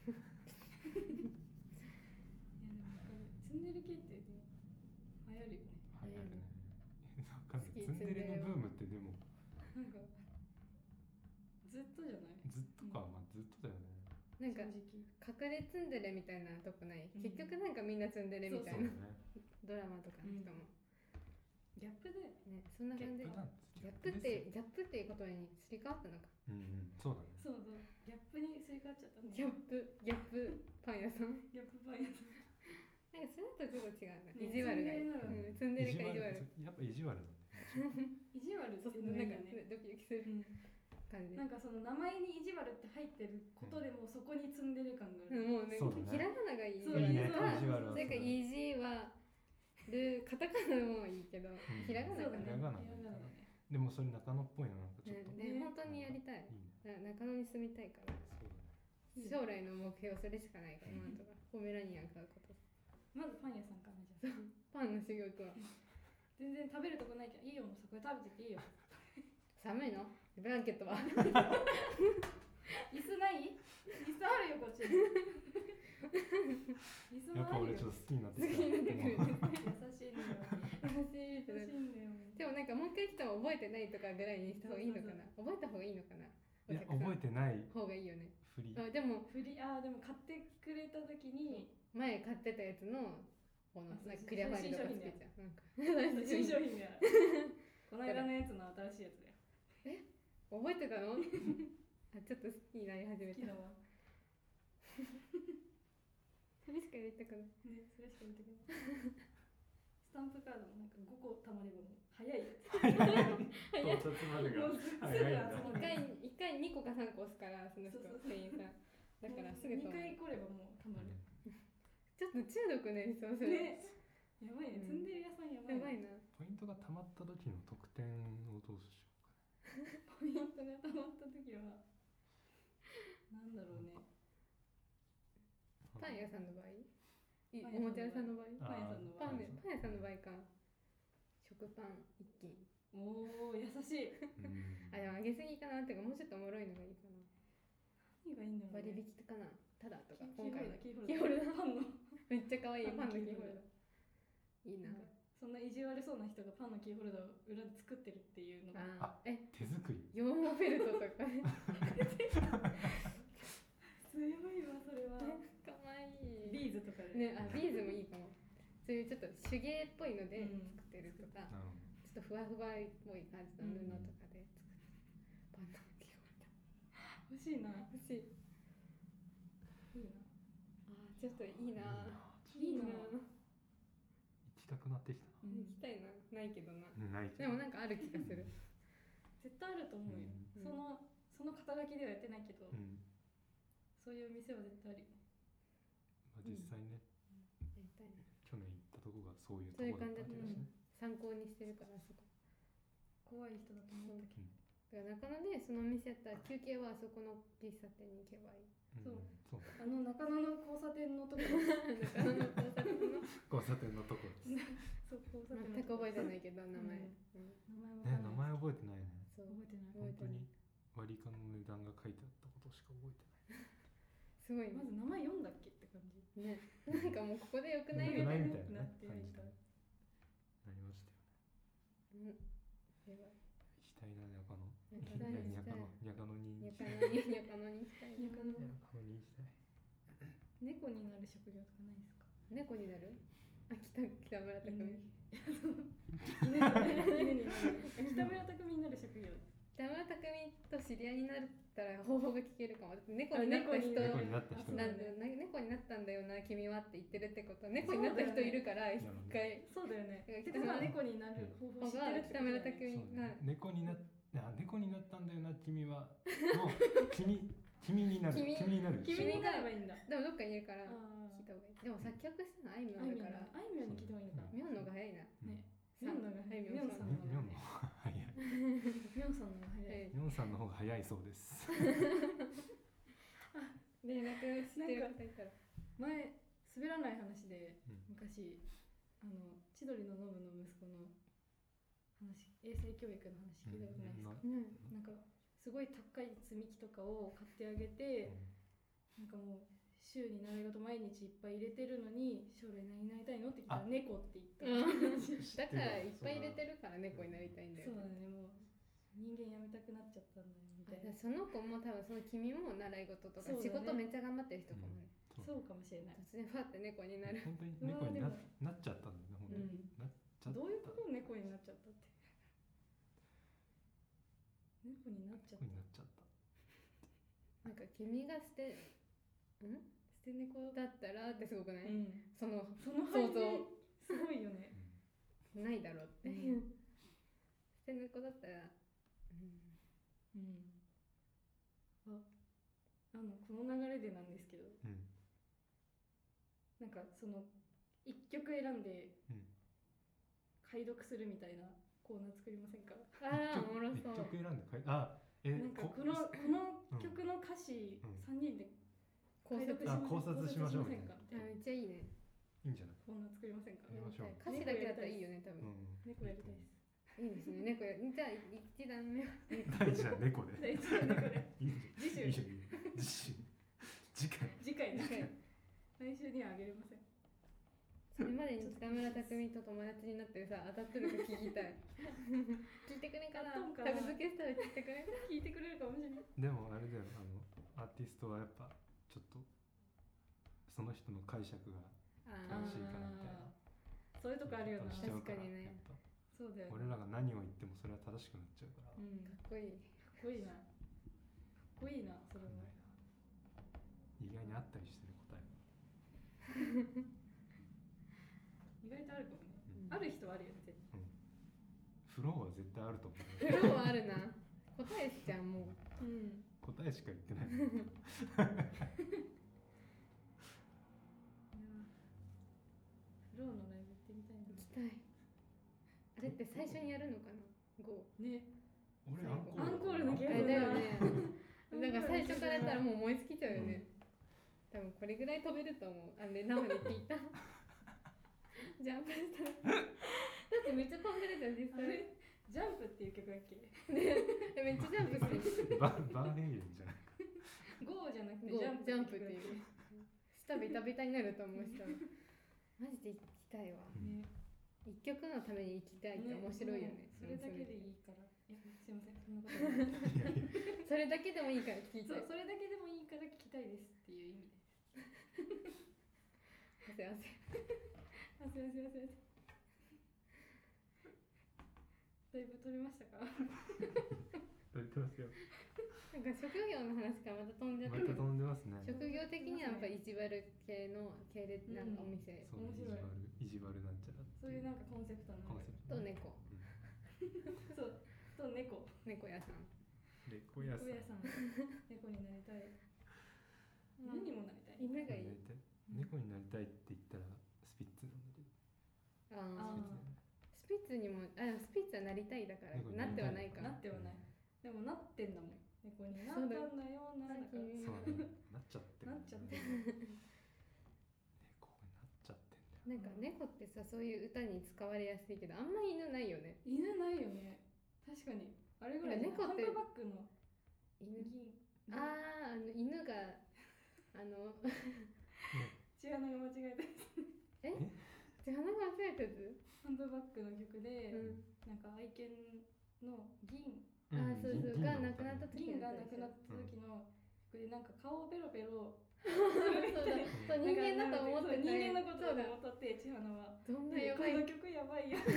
Speaker 2: でもツンデレ系って流行るよね。
Speaker 1: 流行るね。なんかツンデレのブームってでも
Speaker 2: なんかずっとじゃない？
Speaker 1: ずっとかまあずっとだよね。
Speaker 3: なんか隠れツンデレみたいなとこない？結局なんかみんなツンデレみたいな。ドラマとかの人も
Speaker 2: ギャップで
Speaker 3: ねそんな感じ。 ギャップっていうことにすり替わったのか。
Speaker 1: そうだね。
Speaker 2: そうギャップにすり替わっちゃったね。
Speaker 3: ギャップパン屋さん。
Speaker 2: ギャップパン屋さん。
Speaker 3: なんかそれとちょっと違うな。意地悪がいい。ツンデレか意地悪。
Speaker 1: やっぱ意地悪なんだよ。
Speaker 2: 意地悪っていうのがいいよね。
Speaker 3: ドキドキする感じ。
Speaker 2: なんかその名前に意地悪って入ってることでもそこにツンデレ感がある。
Speaker 3: もうね、ひらがながいい。
Speaker 2: そうね。
Speaker 3: なんか意地悪カタカナもいいけど、ひらがながね。
Speaker 1: でもそれ中野っぽいな、なんかちょっと。
Speaker 3: ね、本当にやりたい。中野に住みたいから。将来の目標それしかないから、今のところ。ポメラニアン買うこと。
Speaker 2: まずパン屋さんかな、じゃあ。
Speaker 3: パンの修行行くわ。
Speaker 2: 全然食べるとこないけど、いいよ、もうそこで食べてていいよ。
Speaker 3: 寒いの？ブランケットは？
Speaker 2: 椅子ない？椅子あるよ、こっちに。椅子もあるよ。
Speaker 1: やっぱ俺ちょっと好きになってきた。
Speaker 2: 優しいんだよ。優しいんだよ。
Speaker 3: でもなんかもう一回来たら覚えてないとかぐらいにした方がいいのかな。覚えた方がいいのかな。
Speaker 1: いや、覚えてない
Speaker 3: 方がいいよね。
Speaker 1: 振り。
Speaker 3: でも
Speaker 2: 買ってくれた時に
Speaker 3: 前買ってたやつのこのなんかクリアファイルとかつけちゃう。
Speaker 2: 新商品だよ。この間のやつの新しいやつだよ。
Speaker 3: 覚えてたの？ちょっと好きになり始めた。それしかやりたくない。
Speaker 2: ね、それしかやりたくない。スタンプカードもなんか5個貯まればもう早い。
Speaker 1: 到達までが早いんだ。
Speaker 3: 1回2個か3個押すからその人店員さん。だからすぐ
Speaker 2: 2回来ればもう貯まる。
Speaker 3: ちょっと中毒ね、そうする。
Speaker 2: ね。やばいね、積んでる屋さんやばいな。
Speaker 1: ポイントが貯まった時の得点をどうしようかね。
Speaker 2: ポイントが貯まった時はなんだろうね。
Speaker 3: パン屋さんの場合？おもちゃ屋さんの場合？パン屋さんの場合か。食パン一斤。
Speaker 2: おお、優しい。
Speaker 3: でも上げすぎかなってか、もうちょっとおもろいのがいいかな。
Speaker 2: 何がいいんだろうね。
Speaker 3: 割引かな。ただとか。
Speaker 2: キーホルダー。パンの
Speaker 3: めっちゃ可愛いパンのキーホルダー。いいな。
Speaker 2: そんな意地悪そうな人がパンのキーホルダーを裏で作ってるっていうのが。
Speaker 1: 手作り。
Speaker 3: 羊毛フェルトとかね。
Speaker 2: 強いわ、それは。
Speaker 3: かわいい。
Speaker 2: ビーズとかで。
Speaker 3: ね、ビーズもいいかも。そういうちょっと手芸っぽいので作ってるとか、ちょっとふわふわっぽい感じの布とかで作ってパンのキーホルダー。
Speaker 2: 欲しいな。
Speaker 3: 欲しい。いいな。ちょっといいな。
Speaker 2: いいな。
Speaker 1: 行きたくなってきた
Speaker 3: な。行きたいな。ないけどな。
Speaker 1: ないけ
Speaker 3: ど。でもなんかある気がする。
Speaker 2: 絶対あると思うよ。その肩書きではやってないけど、そういう店は絶対あるよ。
Speaker 1: 実際ね。去年行ったとこがそういうとこ
Speaker 3: だった気がする。参考にしてるからそこ。
Speaker 2: 怖い人だと思うんだけど。
Speaker 3: だから中野でそのお店やったら休憩はあそこの喫茶店に行けばいい。
Speaker 2: そう。中野の交差点のところ。
Speaker 3: 中野の
Speaker 1: 交差点のところです。
Speaker 2: そう交差点。
Speaker 3: 全く覚えてないけど名前。
Speaker 1: 名前覚えてないね。
Speaker 2: そう覚えてない。
Speaker 1: 本当に割り勘の値段が書いてあったことしか覚えてない。
Speaker 3: すごい。
Speaker 2: まず名前読んだっけって感じ。
Speaker 3: ね。なんかもうここでよくないみたいな感じ
Speaker 1: なりましたよね。
Speaker 3: やばい。
Speaker 1: 行きたいな、中野。
Speaker 3: 中野に行きたい。
Speaker 1: 中野に行きたい。
Speaker 2: 猫になる職業とかないですか？
Speaker 3: 猫になる？北村匠海。
Speaker 2: 北村匠海になる職業。
Speaker 3: 北村匠海と知り合いになったら方法が聞けるかも。猫になった人なんで猫になったんだよな君はって言ってるってことは猫になった人いるから一回。
Speaker 2: そうだよね。猫になる方法知ってる
Speaker 3: 北村匠海が
Speaker 1: 猫になったんだよな君は。もう君になる。君にな
Speaker 2: ればいいんだ。
Speaker 3: でもどっかにいるから聞いた方がいい。でも作曲したのあいみょんだから。
Speaker 2: あいみょんに聞いた方がいいのか。
Speaker 3: みょんのが早いな。
Speaker 2: ね。みょんのが早い。みょんさんの方が早い。みょんさんの方が早い。
Speaker 1: みょんさんの方が早いそうです。
Speaker 3: 連絡してる方いたら。
Speaker 2: 前滑らない話で昔千鳥のノブの息子の話、衛生教育の話聞いたことないですか？なんかすごい高い積み木とかを買ってあげて、なんかもう週に習い事毎日いっぱい入れてるのに将来何になりたいのって聞いたら猫って言った。
Speaker 3: だからいっぱい入れてるから猫になりたいんだよ。
Speaker 2: そうだね、もう人間やめたくなっちゃったんだよみたいな。
Speaker 3: その子も多分その君も習い事とか仕事めっちゃ頑張ってる人かもね。
Speaker 2: そうかもしれない。
Speaker 3: 突然ファって猫になる。
Speaker 1: 本当に猫になっちゃったんだよね。本当になっちゃった。
Speaker 2: どういうこと猫になっちゃったって。 猫になっちゃった。
Speaker 1: 猫になっちゃった。
Speaker 3: なんか君が捨て猫だったらってすごくない？その想像
Speaker 2: すごいよね。
Speaker 3: ないだろうって。捨て猫だったら、
Speaker 2: この流れでなんですけど、なんかその一曲選んで解読するみたいなコーナー作りませんか？
Speaker 3: おもろそう。
Speaker 1: 一曲選んで
Speaker 2: なんかこの曲の歌詞3人で
Speaker 3: 考
Speaker 1: 察しましょうみたいな。
Speaker 3: めっちゃいいね。
Speaker 1: いいんじゃない？
Speaker 2: コーナー作りませんか？
Speaker 1: やりましょう。
Speaker 3: 歌詞だけだったらいいよね、多分。
Speaker 2: 猫やりたいです。
Speaker 3: いいですね、猫や。じゃあ一段目は
Speaker 1: 第一弾猫で。
Speaker 2: 第一弾猫で。
Speaker 1: 次週。次回。
Speaker 2: 来週にはあげれません。
Speaker 3: それまでに北村匠海と友達になってさ、当たってるか聞きたい。聞いてくれかな。タグ付けしたら聞いてくれる。
Speaker 2: 聞いてくれるかもしれない。
Speaker 1: でもあれだよ、アーティストはやっぱちょっとその人の解釈が正しいからみたいな。
Speaker 2: そういうとこあるよな。
Speaker 3: 確かにね。
Speaker 2: そうだよ。
Speaker 1: 俺らが何を言ってもそれは正しくなっちゃうから。
Speaker 3: かっこいい。
Speaker 2: かっこいいな。それも。
Speaker 1: 意外にあったりしてる答え。
Speaker 2: 意外とあるかもね。ある人はあるよね。
Speaker 1: フローは絶対あると思う。
Speaker 3: フローはあるな。答えしちゃうもう。
Speaker 1: 答えしか言ってない。
Speaker 2: フローのライブ行ってみたいな。
Speaker 3: 行きたい。あれって最初にやるのかな？5
Speaker 2: ね。
Speaker 1: 俺アン
Speaker 2: コールのゲーム
Speaker 3: だよね。なんか最初からやったらもう燃え尽きちゃうよね。多分これぐらい飛べると思う。生で聞いた。ジャンプしたら。だってめっちゃ飛んでるじゃん実際。
Speaker 2: ジャンプっていう曲だっけ？
Speaker 3: ね、めっちゃジャンプしてる。
Speaker 1: バーレイレンじゃない。
Speaker 2: ゴーじゃなくて
Speaker 3: ジャンプっていう。舌ベタベタになると思う人。マジで行きたいわ。一曲のために行きたいって面白いよね。
Speaker 2: それだけでいいから。すいません、そんなことない。
Speaker 3: それだけでもいいから聞きたい。
Speaker 2: それだけでもいいから聞きたいですっていう意味です。だいぶ取れましたか？
Speaker 1: 取れてますよ。
Speaker 3: なんか職業の話からまた飛んじゃって。
Speaker 1: また飛んでますね。
Speaker 3: 職業的にはやっぱ意地悪系の系列なんかお店。
Speaker 2: 面白い。
Speaker 1: 意地悪なんちゃら。
Speaker 2: そういうなんかコンセプトの。
Speaker 3: と猫。
Speaker 2: そう。と猫。
Speaker 3: 猫屋さん。
Speaker 1: 猫屋さん。
Speaker 2: 猫になりたい。犬にもなりたい。
Speaker 3: 犬がいい。
Speaker 1: 猫になりたいって言ったらスピッツなんだけど。
Speaker 3: スピッツにもスピッツはなりたいだからなってはないか。
Speaker 2: なってはない。でもなってんだもん。猫になったんだよな。
Speaker 1: そうだ。なっちゃってる。
Speaker 2: なっちゃってる。
Speaker 1: 猫になっちゃってんだよ。
Speaker 3: なんか猫ってさ、そういう歌に使われやすいけどあんまり犬ないよね。
Speaker 2: 犬ないよね。確かに。あれぐらい
Speaker 3: 猫って
Speaker 2: ハンドバッグの
Speaker 3: 犬。犬が
Speaker 2: 千花が間違えたやつ。
Speaker 3: 千花が間違えたやつ？
Speaker 2: ハンドバッグの曲で、なんか愛犬の銀
Speaker 3: そうがなくなった時
Speaker 2: の曲でなんか顔をベロベロ
Speaker 3: そう人間だと思って
Speaker 2: 人間のことだと思って千花は
Speaker 3: どんなやばい
Speaker 2: この曲やばいや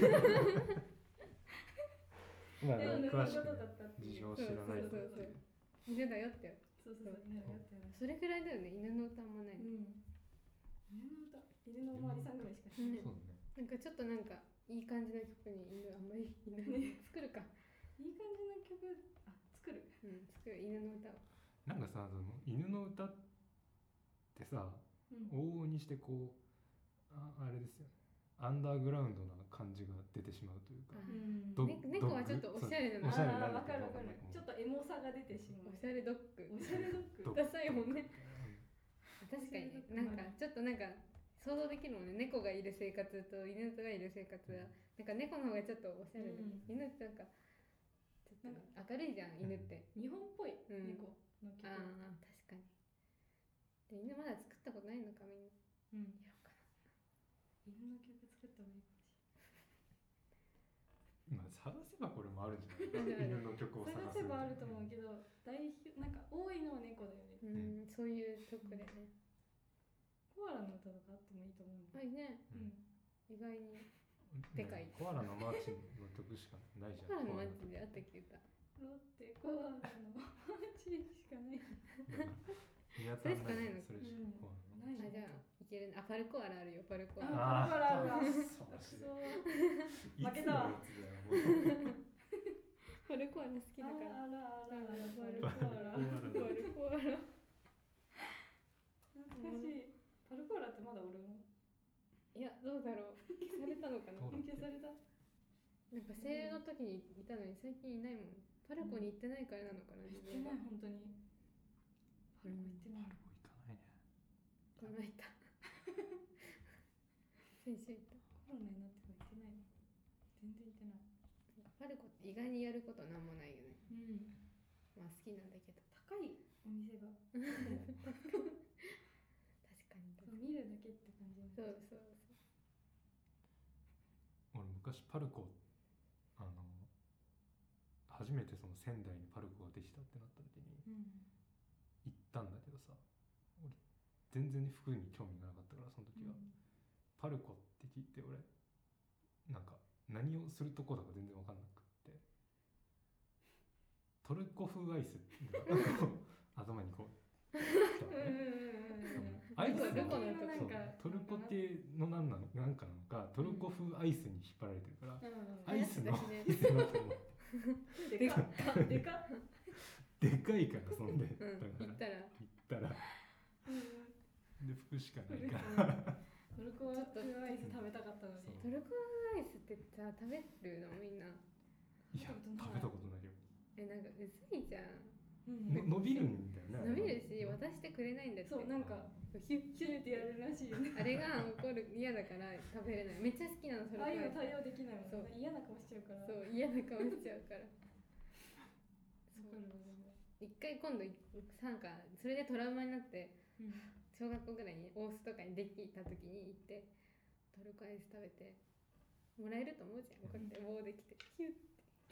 Speaker 1: まあ詳しく事情を知らないと
Speaker 3: 犬だよって
Speaker 2: そう
Speaker 3: それぐらいだよね。犬の歌もない。
Speaker 2: 犬のおまわりさんぐらいしか知らない。
Speaker 3: なんかちょっとなんかいい感じの曲に犬あんまり作るか。
Speaker 2: いい感じの曲作る
Speaker 3: 犬の歌を。
Speaker 1: なんかさ、その犬の歌ってさ、往々にしてこうあれですよね。アンダーグラウンドな感じが出てしまうというか。
Speaker 3: 猫はちょっとおしゃれな。
Speaker 1: おしゃれな。
Speaker 2: わかる。ちょっとエモさが出てしまう。
Speaker 3: おしゃれドッグ。ダサいもんね。確かになんかちょっとなんか想像できるもんね。猫がいる生活と犬がいる生活はなんか猫の方がちょっとおしゃれで、犬ってなんかちょっと明るいじゃん。犬って
Speaker 2: 日本っぽい猫の曲。
Speaker 3: 確かに。で犬まだ作ったことないのかみんな。やろうかな。
Speaker 2: 犬の曲作った方がいいかもし
Speaker 1: れない。探せばこれもあるんじゃない犬の曲を探
Speaker 2: せばあると思うけど、なんか多いのは猫だよね。
Speaker 3: そういう曲でね。
Speaker 2: コアラの歌とかあってもいいと思う。
Speaker 3: はいね。意外にでかい。
Speaker 1: コアラのマーチの曲しかないじゃん。
Speaker 3: コアラのマーチであったっけ歌。
Speaker 2: ロッテコアラのチしかない。
Speaker 3: それしかないの。
Speaker 1: それしかない。
Speaker 3: あ、じゃあいけるね。あ、パルコアラあるよ。パルコアラ。
Speaker 2: あ、パルコアラが。
Speaker 1: そう
Speaker 2: 負けたわ。
Speaker 3: パルコアラ好きだから。
Speaker 2: あら
Speaker 3: パルコアラ。
Speaker 2: 懐かしい。パルコアラってまだおるの？
Speaker 3: いや、どうだろう。消されたのかな。
Speaker 2: 消された。
Speaker 3: なんかセールの時にいたのに最近いないもん。パルコに行ってないからなのかな。
Speaker 2: 行ってない本当に。パルコ行ってない。
Speaker 1: パルコ行かないね。
Speaker 3: この前行った。先週行った。
Speaker 2: コロナになってから行ってない。全然行ってない。
Speaker 3: パルコって意外にやることなんもないよね。
Speaker 2: うん。
Speaker 3: まあ好きなんだけど。
Speaker 2: 高いお店が。
Speaker 3: 確かに。
Speaker 2: 見るだけって感じ。
Speaker 3: そうそうそう。
Speaker 1: 俺昔パルコ初めてその仙台にパルコができたってなった時に行ったんだけどさ、俺全然服に興味がなかったからその時は、パルコって聞いて俺なんか何をするとこだか全然分かんなくって、トルコ風アイスが頭にこうアイス
Speaker 3: どこのとこ
Speaker 1: トルコ系のなんかなのかトルコ風アイスに引っ張られてるから、アイスのでか
Speaker 2: でか
Speaker 1: いからそんで、
Speaker 3: 行ったら
Speaker 1: で服しかないから
Speaker 2: トルコ風アイス食べたかったのに。
Speaker 3: トルコアイスってさ食べるのみんな？
Speaker 1: いや食べたことないよ。
Speaker 3: なんか薄いじゃん。
Speaker 1: 伸びるんだよね。
Speaker 3: 伸びるし渡してくれないんだって。
Speaker 2: そうなんかヒュッヒュッってやるらしいよね。
Speaker 3: あれが怒る嫌だから食べれない。めっちゃ好きなのそれ。
Speaker 2: ああいうの対応できないもん。
Speaker 3: そう
Speaker 2: 嫌な顔しちゃうから。
Speaker 3: そう嫌な顔しちゃうから。一回今度なんかそれでトラウマになって、小学校ぐらいに大須とかにできた時に行ってトルコアイス食べてもらえると思うじゃん。こうやって棒できてヒュッ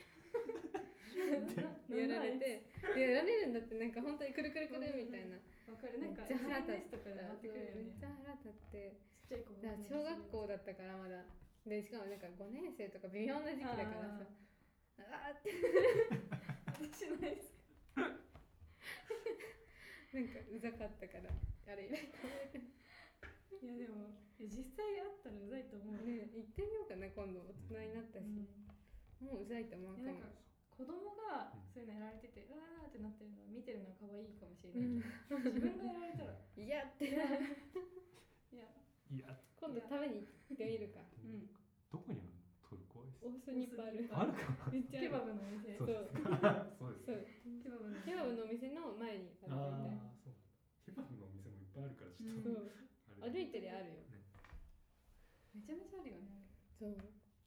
Speaker 3: やられて、やられるんだって。なんか本当にくるくるくるみたいな。
Speaker 2: わかる。なんか
Speaker 3: SNS
Speaker 2: とかで回ってくるよね。
Speaker 3: めっちゃ腹立って。
Speaker 2: ちっちゃい子が。
Speaker 3: 小学校だったからまだで、しかもなんか5年生とか微妙な時期だからさ、あーって
Speaker 2: しないです。
Speaker 3: なんかうざかったからあれ以来食べて。
Speaker 2: いやでも実際あったらうざいと思う
Speaker 3: ね。行ってみようかな今度。大人になったし、もううざいと思うかも。
Speaker 2: 子供がそういうのやられててうわーってなってるのを見てるのは可愛いかもしれないけど、自分がやられたら
Speaker 3: 嫌って。
Speaker 2: いや
Speaker 3: 今度食べに行ってみるか。
Speaker 1: どこにあるのトルコアイス？
Speaker 3: 大須にいっぱい
Speaker 1: ある
Speaker 3: ある。
Speaker 1: か。
Speaker 2: ケバブのお店。
Speaker 3: そう
Speaker 1: そうです。
Speaker 2: ケバブ
Speaker 3: のお店の前にあるみたいな。
Speaker 1: ケバブのお店もいっぱいあるからちょっと
Speaker 3: 歩いてりゃあるよ。
Speaker 2: めちゃめちゃあるよね。
Speaker 3: そう。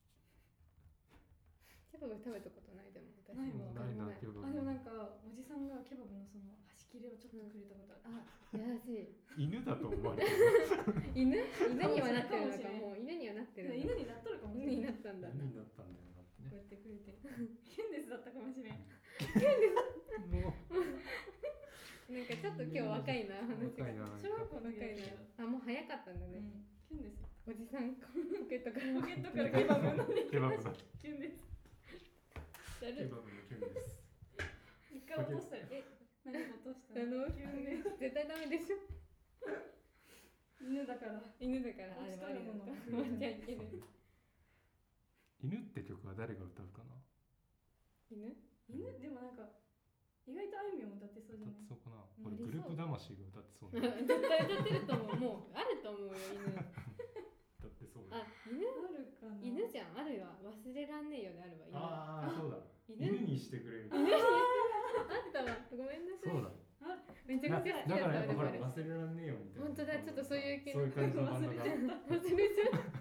Speaker 3: ケバブ食べたことないでも私。
Speaker 2: ないわ。
Speaker 1: ないなケバブ。
Speaker 2: でもなんかおじさんがケバブのその端切れをちょっとくれたことある。
Speaker 3: やらしい。
Speaker 1: 犬だと思われる。
Speaker 3: 犬にはなってるのか。もう犬にはなってる。
Speaker 2: 犬になっとるかもしれない。
Speaker 3: 犬になったんだ。
Speaker 1: 犬になったんだよなってね。
Speaker 2: こうやってくれて。キュンですだったかもしれん。
Speaker 1: もう
Speaker 3: なんかちょっと今日若いな話が。
Speaker 2: 小学校の時
Speaker 3: あ、もう早かったんだね。
Speaker 2: キュンです。
Speaker 3: おじさんポケットから
Speaker 2: ケバブの
Speaker 1: ケバブだ。
Speaker 2: キュンです。
Speaker 1: ケバブのキュンです。
Speaker 2: 一回落としたよ。何落としたの？キュンです。
Speaker 3: 絶対ダメでしょ。
Speaker 2: 犬だから。
Speaker 3: あれはありだった。じゃあいける。
Speaker 1: 犬って曲は誰が歌うかな？
Speaker 3: 犬
Speaker 2: でもなんか意外とあいみょん歌ってそうじゃない？
Speaker 1: 歌ってそうかな。俺グループ魂が歌ってそうな。
Speaker 3: 絶対歌ってると思う。もうあると思うよ犬。
Speaker 1: 歌ってそうだ。
Speaker 3: あ、犬
Speaker 2: あるかな。
Speaker 3: 犬じゃん。あるわ。忘れらんねえよであるわ。犬。
Speaker 1: ああそうだ。
Speaker 3: 犬
Speaker 1: にしてくれみたい
Speaker 3: な。
Speaker 1: な。
Speaker 3: あったわ。ごめんなさい。
Speaker 1: そうだ。
Speaker 3: めちゃくちゃ好き
Speaker 1: だからやっぱ
Speaker 3: だった。
Speaker 1: 忘れらんねえよみたいな。
Speaker 3: 本当だ。ちょっとそういう系
Speaker 1: そういう感じのバンドが。
Speaker 3: 忘れちゃった。忘れらんね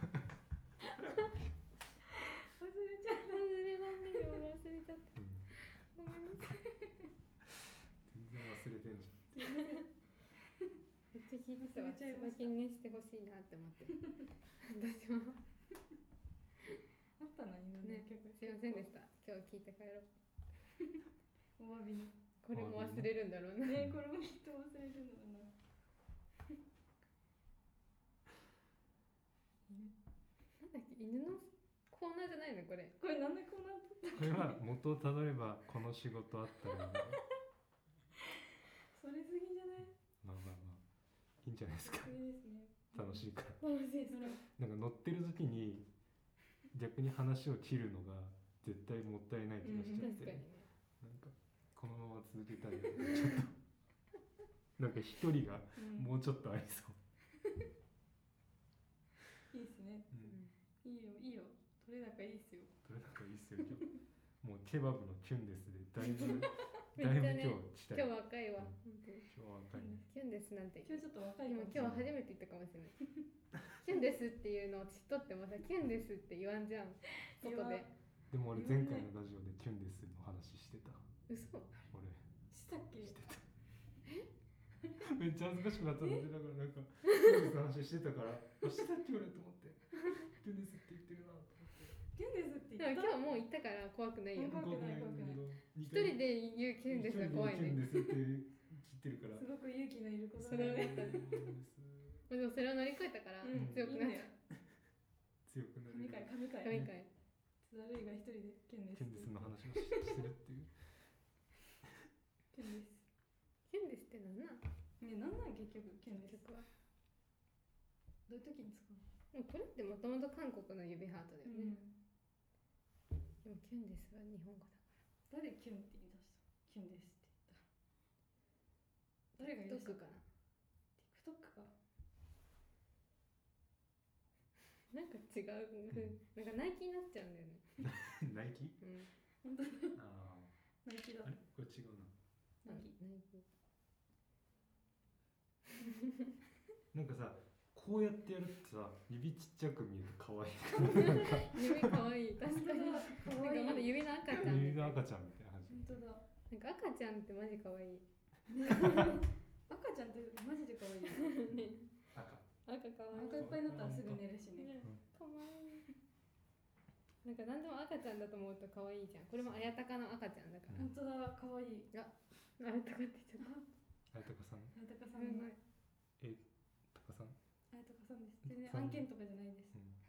Speaker 3: えよ。忘れちゃった。ごめんなさい。
Speaker 1: 全然忘れてんじゃん。
Speaker 3: めっちゃ聞いてたわ。気にしてほしいなって思って。私も。
Speaker 2: あったな犬
Speaker 3: ね。すいませんでした。今日聞いて帰ろう。
Speaker 2: お詫びに。
Speaker 3: これも忘れるんだろうね。
Speaker 2: これもきっと忘れるのかな。
Speaker 3: なんだっけ、犬の声コーナーじゃないのこれ。
Speaker 2: これなんでこうなった？
Speaker 1: これは元をたどればこの仕事あったらいいんだよ。
Speaker 2: それすぎじゃない？
Speaker 1: まあまあまあいいんじゃないですか。
Speaker 2: それですね。
Speaker 1: 楽しいから。
Speaker 3: 楽しいそれ。
Speaker 1: なんか乗ってる時に逆に話を切るのが絶対もったいない気がしちゃって、
Speaker 3: 確かにね。
Speaker 1: なんかこのまま続けたいなとかちょっとなんか一人がもうちょっとありそう。
Speaker 2: いいですね。いいよいいよ。取れ高いいっすよ。
Speaker 1: どれなんかいいっすよ今日。もうケバブのキュンですでだいぶ
Speaker 3: めっちゃね
Speaker 1: 今日したい。
Speaker 3: 今日若いわ。本当に。
Speaker 1: 今日は若いね。
Speaker 3: キュンですなんて。
Speaker 2: 今日ちょっと若いかも。
Speaker 3: 今日初めて言ったかもしれない。キュンですっていうのを知っとってもさ、キュンですって言わんじゃん。外で。
Speaker 1: でも俺前回のラジオでキュンですの話してた。
Speaker 3: 嘘。
Speaker 1: 俺
Speaker 2: したっけ？
Speaker 1: してた。めっちゃ恥ずかしくなったので、だからなんかキュンですの話してたからしてたっけ俺と思ってキュンですって言ってるなと思って。
Speaker 2: キュンですって
Speaker 3: で
Speaker 2: 言った。
Speaker 3: も今日もう言ったから怖くないよ。
Speaker 2: 怖くない怖くない。
Speaker 3: 一人で言うキュンですが怖いね。
Speaker 1: キュンですって聞いてるから。
Speaker 2: すごく勇気のいること
Speaker 3: それは
Speaker 2: ね。
Speaker 3: でもそれを乗り越えたから強くなった。
Speaker 1: 強くなる。
Speaker 2: 神回神回。
Speaker 3: 神回。
Speaker 2: 津田るいが一人でキュンです。
Speaker 1: キュンですの話をしてるっていう。
Speaker 2: キュンです。
Speaker 3: キュンですってなんなん？
Speaker 2: ね、なんなん結局キュンです。
Speaker 3: 曲は。
Speaker 2: どういう時に使う？
Speaker 3: でもこれってもともと韓国の指ハートだよね。でもキュンですは日本語だから。
Speaker 2: 誰キュンって言い出した？キュンですって言った。誰が言い出した？
Speaker 3: TikTok かな。
Speaker 2: TikTok か。
Speaker 3: なんか違う、なんかナイキになっちゃうんだよね。
Speaker 1: ナイキ？
Speaker 2: 本当だ。
Speaker 1: ああ。
Speaker 2: ナイキだ。
Speaker 1: あれこれ違うな。
Speaker 3: ナイキ。
Speaker 1: なんかさ、こうやってやるってさ、指ちっちゃく見えて可愛い。
Speaker 3: 指可愛い。確かに。
Speaker 2: 可愛い。
Speaker 3: なんかまだ指の赤ちゃん。
Speaker 1: 指の赤ちゃんみたいな感じ。
Speaker 2: 本当だ。
Speaker 3: なんか赤ちゃんってマジ可愛い。
Speaker 2: 赤ちゃんってマジで可愛い。
Speaker 3: ね。
Speaker 1: 赤
Speaker 3: 可愛い。
Speaker 2: 赤いっぱいになったらすぐ寝るしね。
Speaker 3: 可愛い。なんか何でも赤ちゃんだと思うと可愛いじゃん。これも綾鷹の赤ちゃんだから。
Speaker 2: 本当だ、可愛い。
Speaker 3: あ、綾鷹って言っちゃった。
Speaker 1: 綾鷹さん。
Speaker 2: 綾鷹さんの。
Speaker 1: 鷹さん。
Speaker 2: 綾鷹さんです。全然案件とかじゃないです。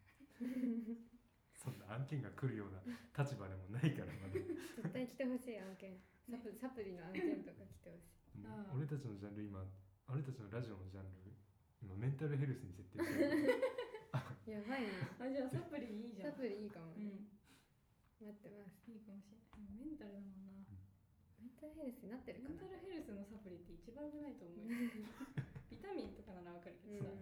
Speaker 1: そんな案件が来るような立場でもないからまだ。
Speaker 3: 絶対来てほしい案件。サプリの案件とか来てほしい。
Speaker 1: 俺たちのジャンル今、俺たちのラジオのジャンル今メンタルヘルスに設定してる。
Speaker 3: やばいな。
Speaker 2: あ、じゃあサプリいいじゃん。
Speaker 3: サプリいいかも。待ってます。
Speaker 2: いいかもしれない。メンタルだもんな。
Speaker 3: メンタルヘルスになってるかな。
Speaker 2: メンタルヘルスのサプリって一番危ないと思うよ。ビタミンとかならわかるけどさ。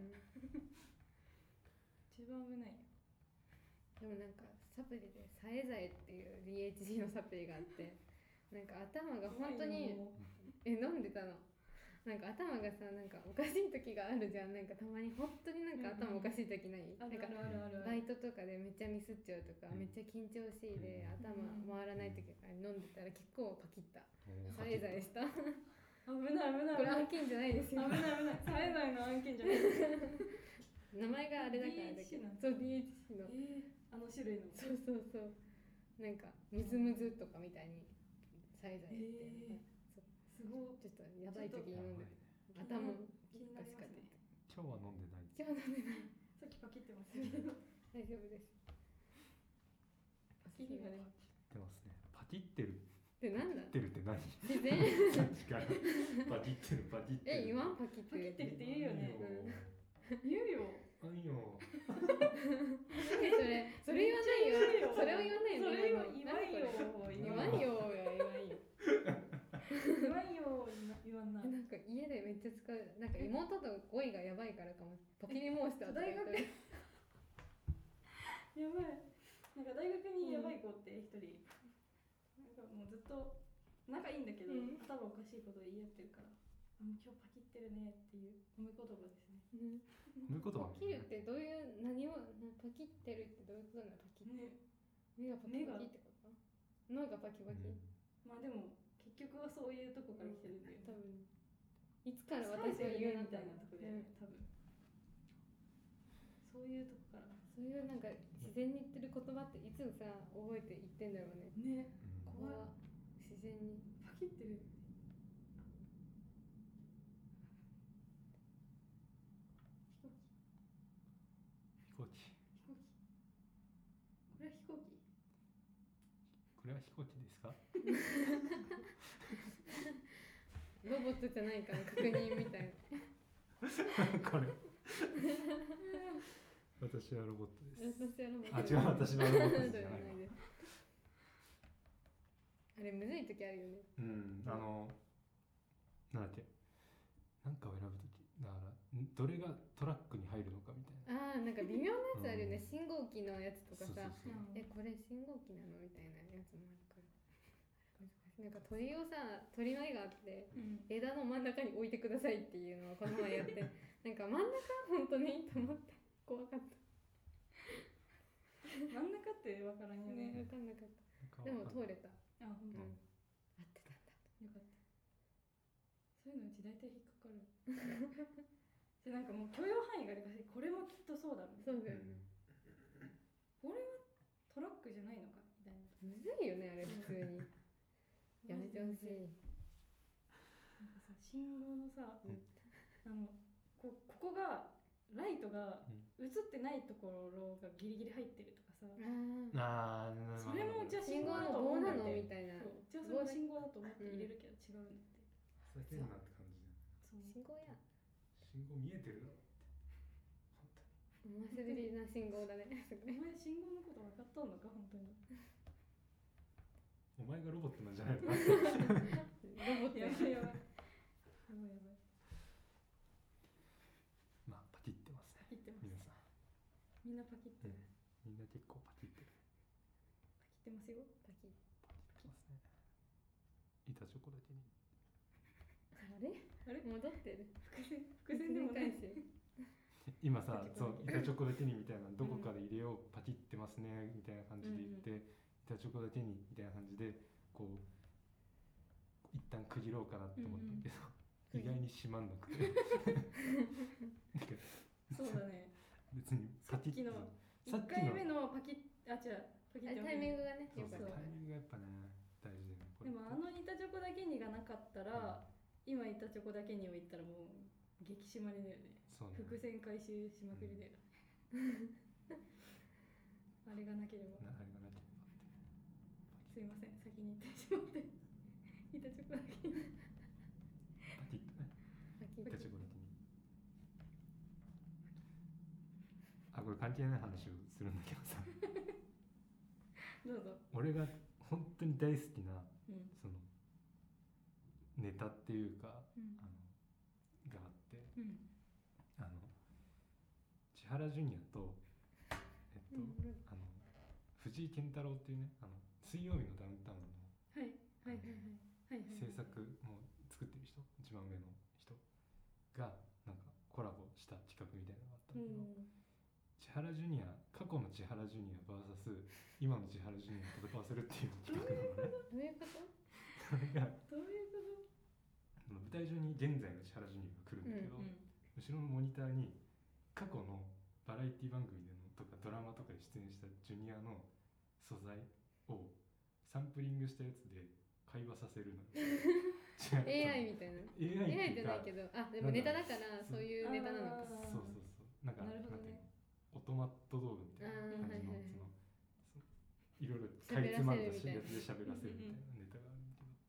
Speaker 2: 一番危ないよ。
Speaker 3: でもなんかサプリでサエザエっていう DHC のサプリがあって、なんか頭が本当に飲んでたの。なんか頭がさ、なんかおかしい時があるじゃん。なんかたまに本当になんか頭おかしい時ない？なんかバイトとかでめっちゃミスっちゃうとか、めっちゃ緊張しいで頭回らない時とかに飲んでたら結構パキった。サエザエした。
Speaker 2: 危ない危ない。
Speaker 3: これ案件じゃないですよ。
Speaker 2: 危ない危ない。サエザエの案件じゃない。
Speaker 3: 名前があれだからだけど。そう DHC の。
Speaker 2: あの種類の。
Speaker 3: そうそうそう。なんかムズムズとかみたいにサエザエって。
Speaker 2: すごい。
Speaker 3: ちょっとやばい時に飲んで頭おかしかった。
Speaker 1: 今日は飲んでない。
Speaker 3: 今日は飲んでない。
Speaker 2: さっきパキってますけど。
Speaker 3: 大丈夫です。
Speaker 2: パキリがね。
Speaker 1: パキってますね。パキってる。
Speaker 3: ってなんだ。
Speaker 1: パキってるって何？
Speaker 3: 自然。
Speaker 1: パキってるパキってる。
Speaker 3: 言わんパキってる。
Speaker 2: パキってるって言うよね。言うよ。
Speaker 1: あいよ。
Speaker 3: それ言わないよ。それを言わないよ。
Speaker 2: それ言わんよ。
Speaker 3: 言わんよ。
Speaker 2: 言わんな。
Speaker 3: なんか家でめっちゃ使う。なんか妹と語彙がやばいからかも。パキリモンスターとか言ってる。
Speaker 2: やばい。なんか大学にやばい子って一人。なんかもうずっと仲いいんだけど、頭おかしいこと言い合ってるから。今日パキってるねっていう褒め言葉ですね。
Speaker 1: 褒め言葉。
Speaker 3: パキるってどういう何をパキってるってどういうことなの？パキって。目がパキパキってこと？脳がパキパキ。
Speaker 2: まあでも結局はそういうとこから来てるんだよね。
Speaker 3: 多分。いつから私は言うみたいな
Speaker 2: とこで、多分。そういうとこから。
Speaker 3: そういうなんか自然に言ってる言葉っていつさ覚えて言ってんだろうね。
Speaker 2: ね。怖い。
Speaker 3: 自然に
Speaker 2: パキってる。飛行機。これは飛行
Speaker 1: 飛行機ですか？
Speaker 3: ロボットじゃないかの確認みたいな
Speaker 1: これ私はロボットです。
Speaker 3: 私はロボット
Speaker 1: あ、違う、私はロボットですじゃない。
Speaker 3: あれむずい時あるよね。
Speaker 1: うん、なんだっけ、なんかを選ぶ時だから、どれがトラックに入るのかみたいな。
Speaker 3: なんか微妙なやつあるよね、信号機のやつとかさ、
Speaker 1: そうそうそう、
Speaker 3: これ信号機なのみたいなやつもあるから。なんか鳥をさ、鳥の絵があって、枝の真ん中に置いてくださいっていうのをこの前やってなんか真ん中本当にと思って怖かった
Speaker 2: 真ん中って分からんよね。
Speaker 3: 分かんなかった。でも通れた。
Speaker 2: あ、ほんと、
Speaker 3: 合ってたんだ。
Speaker 2: よかった。そういうのうち大体引っかかるで、なんかもう許容範囲がでかい。これもきっとそうだろう。
Speaker 3: そうだよね。
Speaker 2: これはトラックじゃないのかみたいな。
Speaker 3: むずいよねあれ普通にやめてほしい。
Speaker 2: なんかさ、信号のさ、ここがライトが映ってないところがギリギリ入ってるとかさ、それもじゃあ信号だと思うんだって、みたいな。じゃあそれも信号だと思って入れるけど違うんだって。
Speaker 1: ふざけんなって感じで。
Speaker 3: 信号や。
Speaker 1: 信号見えてるだろって。
Speaker 3: 本当に。マジでな信号だね。
Speaker 2: お前信号のこと分かっとんのか本当に。
Speaker 1: お前がロボットなんじゃないのか。
Speaker 3: ロボット
Speaker 2: やばいやばい。
Speaker 1: まあパキってますね。
Speaker 2: パキってます。
Speaker 1: 皆さん。
Speaker 2: みんなパキってる。
Speaker 1: みんな結構パキってる。
Speaker 2: パキってますよ。パキ。
Speaker 1: パキってますね。板チョコだけに。
Speaker 3: あれ戻ってる。
Speaker 2: 伏線でもないし。
Speaker 1: 今さ、そう板チョコだけにみたいな、どこかで入れよう、パキってますねみたいな感じで言って、板チョコだけにみたいな感じでこう一旦区切ろうかなって思ったけど、意外に閉まんなくて
Speaker 2: そうだね。
Speaker 1: 別にパキッ
Speaker 2: の1回目のパキッ、あ、違う、パキッて
Speaker 3: タイミングがね、
Speaker 1: そうそう、タイミングがやっぱね大事だよね。
Speaker 2: でも板チョコだけにがなかったら、今板チョコだけにを言ったらもう激締まりだよね。
Speaker 1: そうね、
Speaker 2: 伏線回収しまくりだよ、あれがなければ。すいません、先に言ってしまって板チョコだけに
Speaker 1: パキッとね、板チョコだけに。これ関係ない話をするんだけどさ
Speaker 2: どうぞ。
Speaker 1: 俺が本当に大好きな、そのネタっていうか、があって、千原ジュニアと藤井健太郎っていうね、水曜日のダウンタウンの制作も作ってる人、一番上の人がなんかコラボした企画みたいなのがあったんだけど、千原ジュニア、過去の千原ジュニア VS 今の千原ジュニアを戦わせるっていう企画なのね。
Speaker 3: どういうこと？
Speaker 2: どういうこと？
Speaker 1: 舞台上に現在の千原ジュニアが来るんだけど、後ろのモニターに過去のバラエティ番組でのとかドラマとかで出演したジュニアの素材をサンプリングしたやつで会話させるの。
Speaker 3: AI みたいな。AI じゃないけど、でもネタだからそういうネタなのか。
Speaker 1: そうそうそう。なんかなんていうの、オトマット動画みたいな感じのいろいろかいつまんだやつで喋らせるみたいなネタがあるんだけど。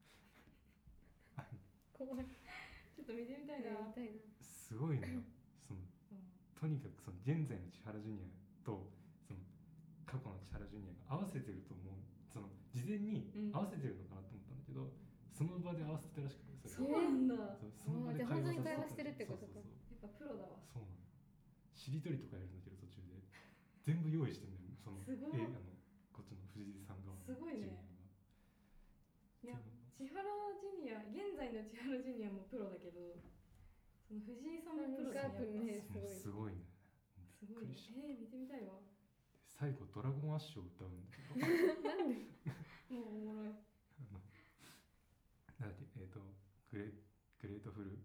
Speaker 2: 怖い。ちょっと見てみたいな。
Speaker 1: すごいのよ。とにかくその現在の千原ジュニアとその過去の千原ジュニアが合わせてると思う。その事前に合わせてるのかなと思ったんだけど、その場で合わせてたらしくて、
Speaker 2: そうなんだ。
Speaker 1: その場で
Speaker 3: 会話してるってことか。
Speaker 2: やっぱプロだわ。
Speaker 1: そうなの。しりとりとかやるんだけど途中で全部用意してんだよ。そのこっちの藤井さんが。
Speaker 2: すごいね。いや、千原ジュニア、現在の千原ジュニアもプロだけど、その藤井さんもプロだね。
Speaker 1: すごいね。
Speaker 2: すごいね。見てみたいわ。
Speaker 1: 最後ドラゴンアッシュを歌うんだけど。
Speaker 2: なんで？もうおもろい。
Speaker 1: なんだっけ、グレートフル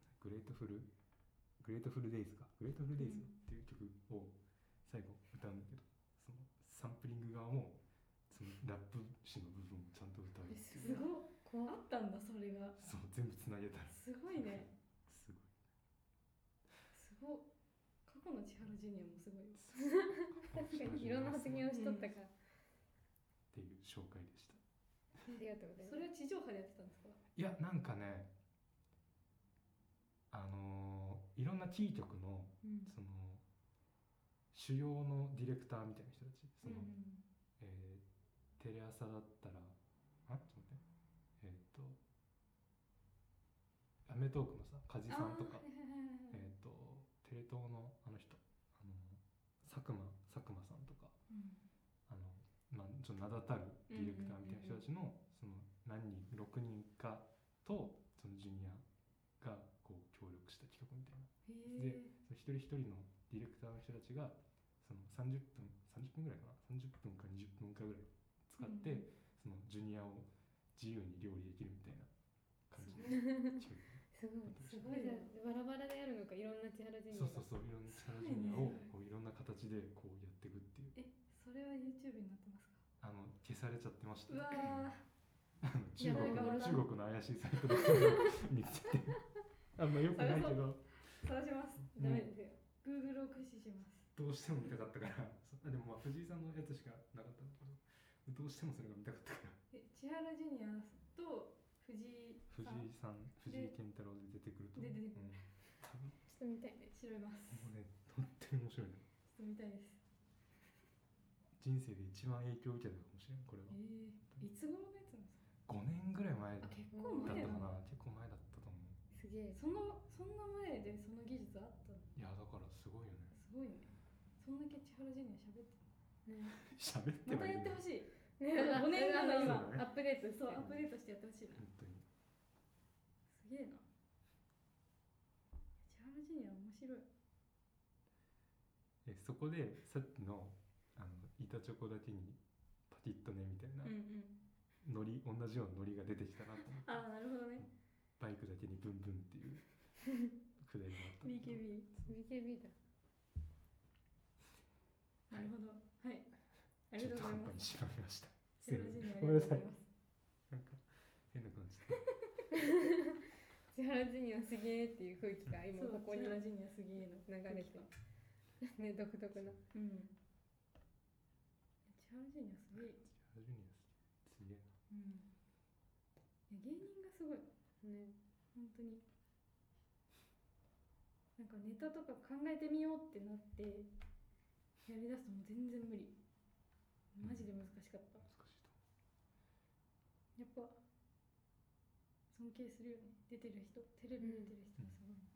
Speaker 1: デイズか。グレートフルデイズっていう曲を最後歌うんだけど、そのサンプリング側もそのラップ詞の部分をちゃんと歌うっていう。
Speaker 2: すごい。あったんだそれが。
Speaker 1: そう、全部つなげたら。
Speaker 2: すごいね。
Speaker 1: すごい。
Speaker 2: すごい。過去の千原ジュニアもすごい。
Speaker 3: 確かにいろんな発言をしとったから。
Speaker 1: っていう紹介でした。
Speaker 3: ありがとうございます。
Speaker 2: それは地上波でやってたんですか？
Speaker 1: いやなんかねいろんなキー局のその主要のディレクターみたいな人たち、その、テレ朝だったらちょっと待ってアメトーークのさ梶さんとか、テレ東のあの人佐久間さんとか、ちょっと名だたるディレクターみたいな人たちのその何人6人かとそのジュニアがこう協力した企画みたいな。で一人一人のディレクターの人たちがその30分ぐらいかな、30分か20分かぐらい使って、そのジュニアを自由に料理できるみたいな感じで
Speaker 3: すごいじゃん。バラバラでやるのか、いろんな千原ジュニア。
Speaker 1: そういろんな千原ジュニアをこういろんな形でこうやっていくっていう。
Speaker 2: それは YouTube になってますか？
Speaker 1: 消されちゃってました。
Speaker 2: うわ
Speaker 1: 中国の怪しいサイトで見つけてあんまよくないけど
Speaker 2: 探します。ダメですよ。Google を駆使します。
Speaker 1: どうしても見たかったからでも藤井さんのやつしかなかったんだけど、どうしてもそれが見たかったから。
Speaker 2: 千原ジュニアと藤井
Speaker 1: 健太郎で出てくると思う。
Speaker 2: 出てくる。
Speaker 1: 多分
Speaker 3: ちょっと見たいね。
Speaker 2: 調べます。
Speaker 1: もうね本当に面白いね。
Speaker 2: ちょっと見たいです。
Speaker 1: 人生で一番影響を受けたかもしれないこれは。
Speaker 2: いつ頃のやつなんですか
Speaker 1: ？5年ぐらい前だったか
Speaker 2: な。
Speaker 1: 結構前だったと思う。
Speaker 3: すげえ。
Speaker 2: そんな前でその技術あったの？
Speaker 1: いやだからすごいよね。
Speaker 2: すごいね。そんだけ千原ジュニア喋ってる。
Speaker 1: 喋って
Speaker 2: またやってほしい。
Speaker 3: ね、
Speaker 2: 5年後の今
Speaker 3: アップデートして。
Speaker 2: アップデートしてやってほしいな。
Speaker 1: 本当に。
Speaker 2: すげえな。千原ジュニア面白い。
Speaker 1: そこでさっきの板チョコだけにパキッとねみたいなノリ、同じようなノリが出てきたなと思って。
Speaker 2: なるほどね。
Speaker 1: バイクだけにブンブンっていうくだりがあった。
Speaker 3: BKB だ。
Speaker 2: なるほど。はい。ありがとうございます。
Speaker 1: ちょっと半端にしまいました。
Speaker 2: ごめんなさい。
Speaker 1: なんか変な感じで。
Speaker 3: 千原ジュニアすげーっていう空気が今ここに
Speaker 2: 千原ジュニアすげーの
Speaker 3: 流れてね、独特な。
Speaker 2: 千原ジュニアすげえ。
Speaker 1: 千原ジュニアすげえ
Speaker 2: な。芸人がすごい
Speaker 3: ね。
Speaker 2: 本当に。なんかネタとか考えてみようってなってやりだすともう全然無理。マジで難しかった。やっぱ尊敬するよね。出てる人、テレビに出てる人はすごい。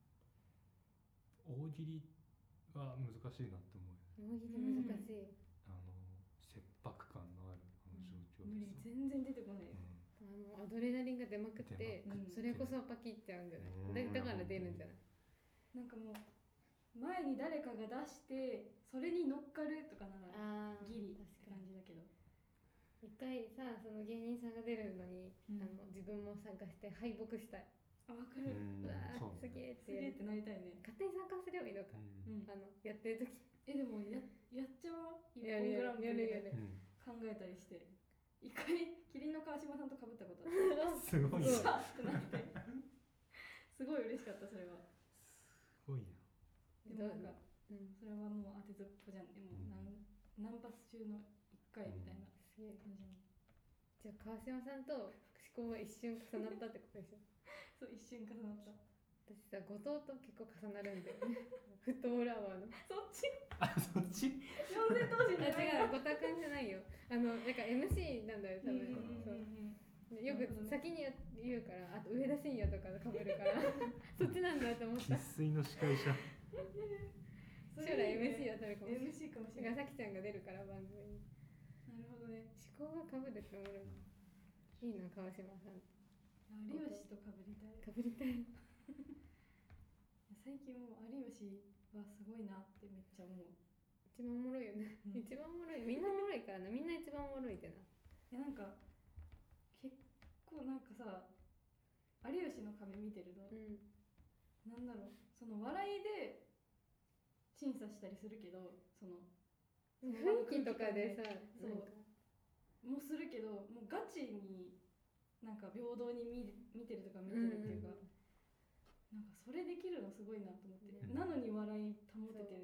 Speaker 1: 大喜利は難しいなって思う。
Speaker 3: 大喜利難しい。
Speaker 1: 切迫感のある状況
Speaker 2: 無理、全然出てこない。
Speaker 3: アドレナリンが出まくって、それこそパキッちゃうんじゃない？だから出るんじゃない？
Speaker 2: なんかもう前に誰かが出してそれに乗っかるとかならギリって感じだけど。
Speaker 3: 一回さ、その芸人さんが出るのに、自分も参加して敗北したい。
Speaker 2: わかる。
Speaker 3: うわすげえって
Speaker 2: なりたいね。
Speaker 3: 勝手に参加すればいいのか。やってる時。
Speaker 2: でもやっちゃう？一
Speaker 3: 本グランプリで
Speaker 2: 考えたりして。一回キリンの川島さんと被ったことあった。
Speaker 1: すごい。
Speaker 2: ってなって。すごい嬉しかったそれは。
Speaker 1: すごいや。
Speaker 2: でもなんか、それはもう当てずっぽじゃん。でも何発中の1回みたいな。すげえ感じじゃん。
Speaker 3: じゃあ川島さんと思考が一瞬重なったってことでしょ？
Speaker 2: そう一瞬重なった。
Speaker 3: 私さ、後藤と結構重なるんだよね。フットボールアワーの。
Speaker 2: そっち？
Speaker 1: そっち？
Speaker 2: 四千頭身じゃない？
Speaker 3: 違う、後藤くんじゃないよ。なんか MC なんだよ多分。よく先に言うから、あと上田晋也とか被るからそっちなんだと思った。
Speaker 1: 生粋の司会者。
Speaker 3: 将来 MC やったらかもしれない。
Speaker 2: MC かもしれない。
Speaker 3: さきちゃんが出るから番組に。
Speaker 2: なるほどね。
Speaker 3: 思考が被るって思う。いいな川島さん。
Speaker 2: 有吉と被りたい。
Speaker 3: 被りたい。
Speaker 2: 最近もう有吉はすごいなってめっちゃ思う。
Speaker 3: 一番おもろいよね。一番おもろい。みんなおもろいからな。みんな一番おもろいってな。
Speaker 2: なんか結構なんかさ、有吉の壁見てると、なんだろう、その笑いで審査したりするけど、その
Speaker 3: 雰囲気とかでさ、
Speaker 2: そうもするけど、もうガチになんか平等に見てるとか見てるっていうか、なんかそれできるのすごいなと思って、なのに笑い保ててるのがすごい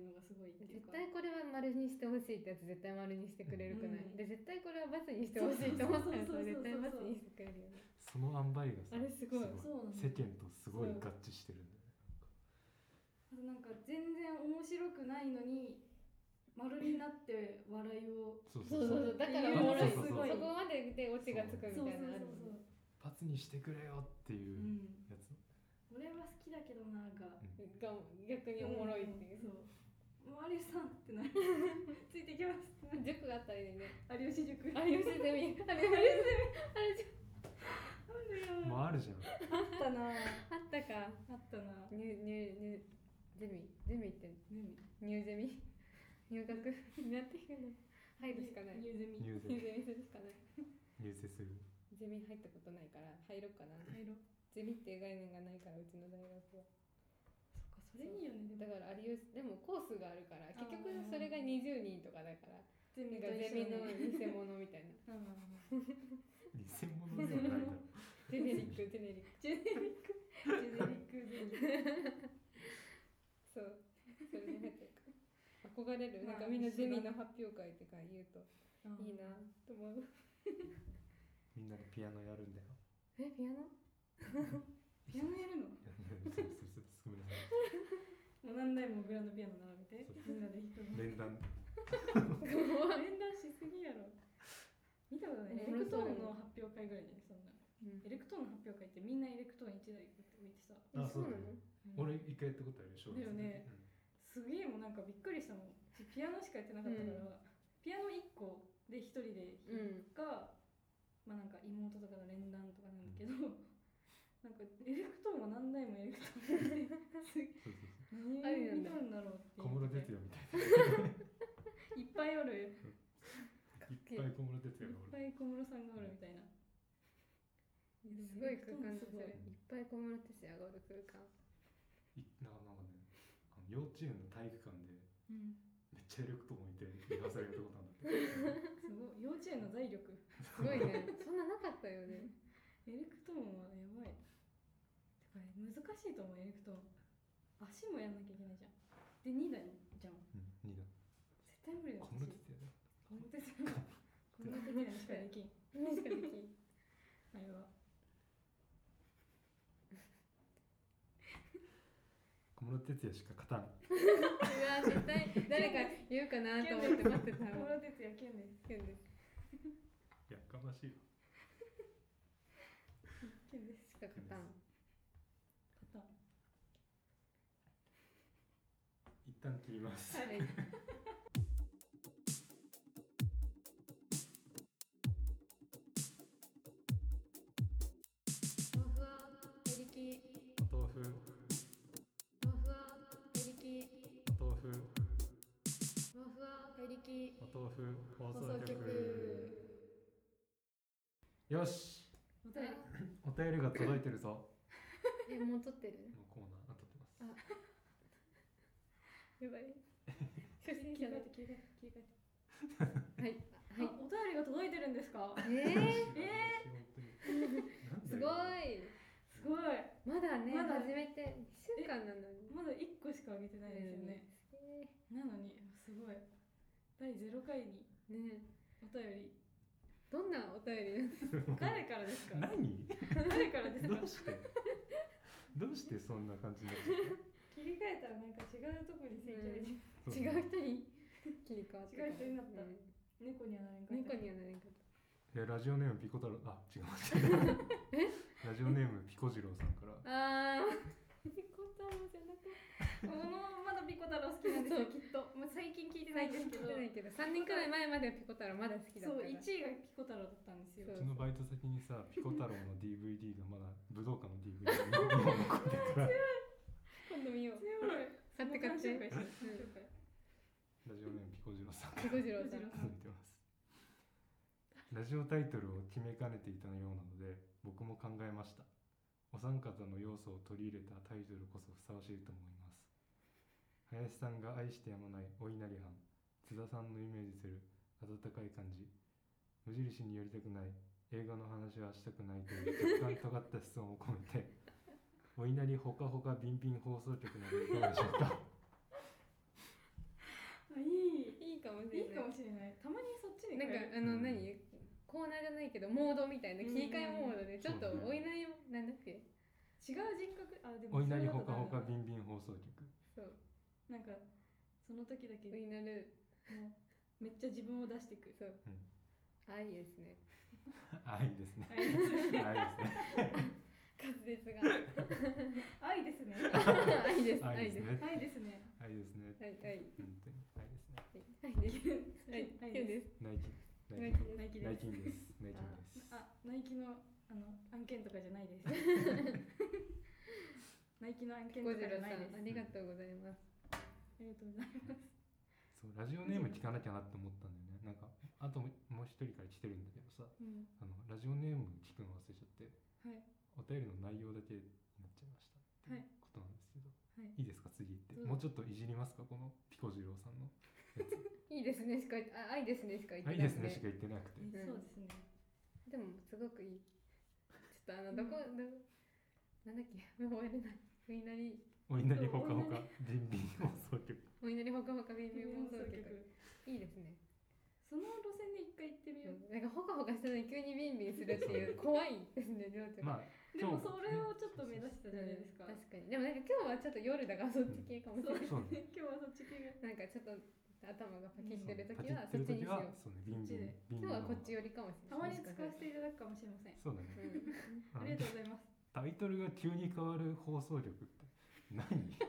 Speaker 2: いっていう
Speaker 3: 絶
Speaker 2: か、
Speaker 3: 対これは丸にしてほしいってやつ絶対丸にしてくれるくない、
Speaker 2: うん
Speaker 3: で絶対これはバツにしてほしいと思ったやつは絶対バツにしてくれるよね。
Speaker 1: その塩梅がさ
Speaker 3: あれすごい
Speaker 2: そうなんだ
Speaker 1: 世間とすごい合致してるんだよね。
Speaker 2: あとなんか全然面白くないのに丸になって笑いを
Speaker 1: そう
Speaker 3: そうそうそう、だからおもろい、
Speaker 1: そうそうそう
Speaker 3: そこまででオチがつくみたいなのあるもんね。
Speaker 1: 罰にしてくれよっていう
Speaker 2: うん
Speaker 1: やつ、
Speaker 2: 俺は好きだけどなんか、
Speaker 3: が逆におもろいっていう、
Speaker 2: そう有吉さんってなるついてきます
Speaker 3: 塾があったらいいね。
Speaker 2: 有吉塾
Speaker 3: 有吉ゼミ、有吉ゼミ、
Speaker 1: もうあるじゃん。
Speaker 2: あったな
Speaker 3: あったか。
Speaker 2: あったな
Speaker 3: ゼミって入ゼミ入学なんていうの、入るしかない。
Speaker 2: 入ゼミ
Speaker 3: 入ゼミするしかない。
Speaker 1: 入世する。
Speaker 3: ゼミ入ったことないから入ろうかな。
Speaker 2: 入ろう。
Speaker 3: ゼミっていう概念がないからうちの大学は。
Speaker 2: そっか、それいいよね。
Speaker 3: だから有吉でもコースがあるから結局それが20人とかだから
Speaker 2: ゼミ
Speaker 3: なんかゼミの偽物みたいな。
Speaker 1: 偽物ではないだろ。
Speaker 3: ジェネリック
Speaker 2: ジェネリック
Speaker 3: そうそれに入ってるから憧れる。なんかみんなゼミの発表会とか言うといいなと思う。
Speaker 1: みんなでピアノやるんだよ。
Speaker 3: え、ピアノ？
Speaker 2: ピアノやるの？
Speaker 1: ごめんなさい。
Speaker 2: もう何台もグランドピアノ並べてみんなで弾くの。
Speaker 1: 連弾。
Speaker 2: 連弾しすぎやろ。見たことない。エレクトーンの発表会ぐらいでそんな。エレクトーンの発表会ってみんなエレクトーン1台置いてさ。
Speaker 3: あ、そうなの？
Speaker 1: 俺一回やったことあるよ。
Speaker 2: だよね。すげえもうなんかびっくりしたもん。ピアノしかやってなかったから、ピアノ1個で1人で弾くか、まあなんか妹とかの連弾とかなんだけど、なんかエレクトーンは何台もエレクトーンで何を見とるんだろうって。
Speaker 1: 小室哲哉みたいな。
Speaker 2: いっぱいおる。
Speaker 1: いっぱい小室哲哉がおる。
Speaker 2: いっぱい小室さんがおるみたいな。
Speaker 3: すごい空間ですよ。いっぱい小室哲哉がおる空間。
Speaker 1: なんかね、幼稚園の体育館でめっちゃエレクトーン置いてリハーサルやったことあるんだって。
Speaker 2: すごい幼稚園の財力。
Speaker 3: すごいね。そんななかったよね。
Speaker 2: エレクトーンはやばい。てか難しいと思う。エレクトーン足もやんなきゃいけないじゃん。で2台じゃん。
Speaker 1: 2台。
Speaker 2: 絶対無理だよ。
Speaker 1: 小室哲哉だよ。
Speaker 2: 小室哲哉にしかできん。しかできん。あれは
Speaker 1: 小室哲哉しか勝たん。
Speaker 3: うわ、絶対誰か言うかなと思って待ってた。
Speaker 2: 小室哲哉剣です。
Speaker 3: 剣です。
Speaker 1: やかましい。
Speaker 2: 剣です。
Speaker 3: しか勝たん。
Speaker 1: 一旦切ります。
Speaker 3: はい。ふわふわペリキ。
Speaker 1: お豆腐。
Speaker 3: ふわふわペリキ。
Speaker 1: お豆腐。
Speaker 3: ふわふわペリキ。
Speaker 1: お豆腐放
Speaker 2: 放
Speaker 1: 送局。
Speaker 2: 送局。
Speaker 1: よし。お便りが届いてるぞ。
Speaker 3: もう撮ってる？
Speaker 1: のコーナー撮ってます。
Speaker 3: やばい。
Speaker 2: 切り替えて。
Speaker 3: はい。
Speaker 2: はい。お便りが届いてるんですか？
Speaker 3: すごい。
Speaker 2: すごい。
Speaker 3: まだね、
Speaker 2: まだ
Speaker 3: 始めて1週間なのに。
Speaker 2: まだ1個しかあげてないですよね。なのにすごい。第0回に
Speaker 3: ね。
Speaker 2: お便り。
Speaker 3: どんなお便りなんですか？
Speaker 2: 誰からですか？
Speaker 1: 何？
Speaker 2: 誰からですか？
Speaker 1: どうしてそんな感じになっちゃった？
Speaker 2: 切り替えたらなんか違うところにスイッチ入れて、
Speaker 3: 違う人に切り替わって
Speaker 2: 違う人になった。猫にはなれんかった。
Speaker 3: 猫にはなれんかった。
Speaker 1: ラジオネームピコ太郎、あ、違う。ラジオネームピコ次郎さんから。
Speaker 3: ピコ太郎じゃなくて。
Speaker 2: まだピコ太郎好きなんですよ、きっと。もう最近聞いてないんですけど。
Speaker 3: 3年くらい前まではピコ太郎まだ好きだったから。
Speaker 2: そう、1位がピコ太郎だったんですよ。
Speaker 1: うちのバイト先にさ、ピコ太郎の DVD がまだ武道館の DVD が残ってるから。
Speaker 3: 今度見よう。
Speaker 2: 強い。
Speaker 3: 買って。
Speaker 1: ラジオネームピコ次郎さん。
Speaker 3: ピコ次郎さん。
Speaker 1: 続いてます。ラジオタイトルを決めかねていたようなので、僕も考えました。お三方の要素を取り入れたタイトルこそふさわしいと思います。林さんが愛してやまないお稲荷藩、津田さんのイメージする温かい感じ、無印に寄りたくない、映画の話はしたくないという若干尖った質問を込めて、お稲荷ほかほかビンビン放送局などいかがでしょうか。
Speaker 3: かもしれない。
Speaker 2: いいかもしれない。たまにそっちに
Speaker 3: なんか何コーナーじゃないけどモードみたいな切り替えモードでちょっとおいなりなんだっけ、
Speaker 2: 違う人格、あ、でも
Speaker 1: お稲荷ほかほかビンビン放送局。
Speaker 3: そう、
Speaker 2: なんかその時だけ
Speaker 3: おいなる、
Speaker 2: もうめっちゃ自分を出してく。
Speaker 3: そう、愛ですね。
Speaker 1: 愛ですね。
Speaker 2: 愛ですね。
Speaker 1: 愛ですね。
Speaker 3: 滑舌が
Speaker 2: 愛ですね。
Speaker 3: 愛です、愛です、
Speaker 1: 愛ですね。
Speaker 2: 愛ですね。
Speaker 1: 愛ですね。
Speaker 3: はい、はい、
Speaker 1: 本当に愛ですね。
Speaker 3: 愛です、はい、
Speaker 2: 愛
Speaker 3: で
Speaker 2: です。
Speaker 3: す。
Speaker 1: ナイキ。
Speaker 3: ナイキです。
Speaker 2: ナイキです。
Speaker 1: ナイキンです。ナイキンです。
Speaker 2: あ、ナイキの案件とかじゃないです。ナイキの案件とかじゃないです。
Speaker 3: ありがとうございます。
Speaker 2: ありがとうございます。
Speaker 1: そうラジオネーム聞かなきゃなって思ったんだよね。なんかあともう一人から来てるんだけどさ、ラジオネーム聞くの忘れちゃって、
Speaker 2: はい。
Speaker 1: お便りの内容だけになっちゃいましたっていうことなんですけど、
Speaker 2: はい。
Speaker 1: いいですか次って。もうちょっといじりますかこのピコ次郎さんのやつ。
Speaker 3: いいですねしか言って、愛ですねしか言って
Speaker 1: 愛
Speaker 3: なくて。
Speaker 1: ですねしか言ってなくて。
Speaker 2: そうですね。
Speaker 3: でもすごくいい。ちょっとどこ、なんだっけ、覚えれない。おいなり。
Speaker 1: お稲荷ほかほかビンビン放送局。
Speaker 3: おいなりほかほかビンビン放送局。いいですね。
Speaker 2: その路線で一回行ってみよう。
Speaker 3: なんかほかほかしたのに急にビンビンするっていう怖いですね、りょうちゃん。
Speaker 1: まあ
Speaker 2: でもそれをちょっと目指したじゃないですか。
Speaker 3: 確かに。でもなんか今日はちょっと夜だからそっち系かもしれない。
Speaker 1: そうね。
Speaker 2: 今日はそっち系が。
Speaker 3: なんかちょっと頭がパキってる時は
Speaker 1: パキってる
Speaker 3: そっちにしよう。
Speaker 1: そうね、ビンビンビンビン。
Speaker 3: 今日はこっち寄りかもしれない。
Speaker 2: たまに使わせていただくかもしれません。
Speaker 1: そうだね。
Speaker 2: ありがとうございます。
Speaker 1: タイトルが急に変わる放送局って何？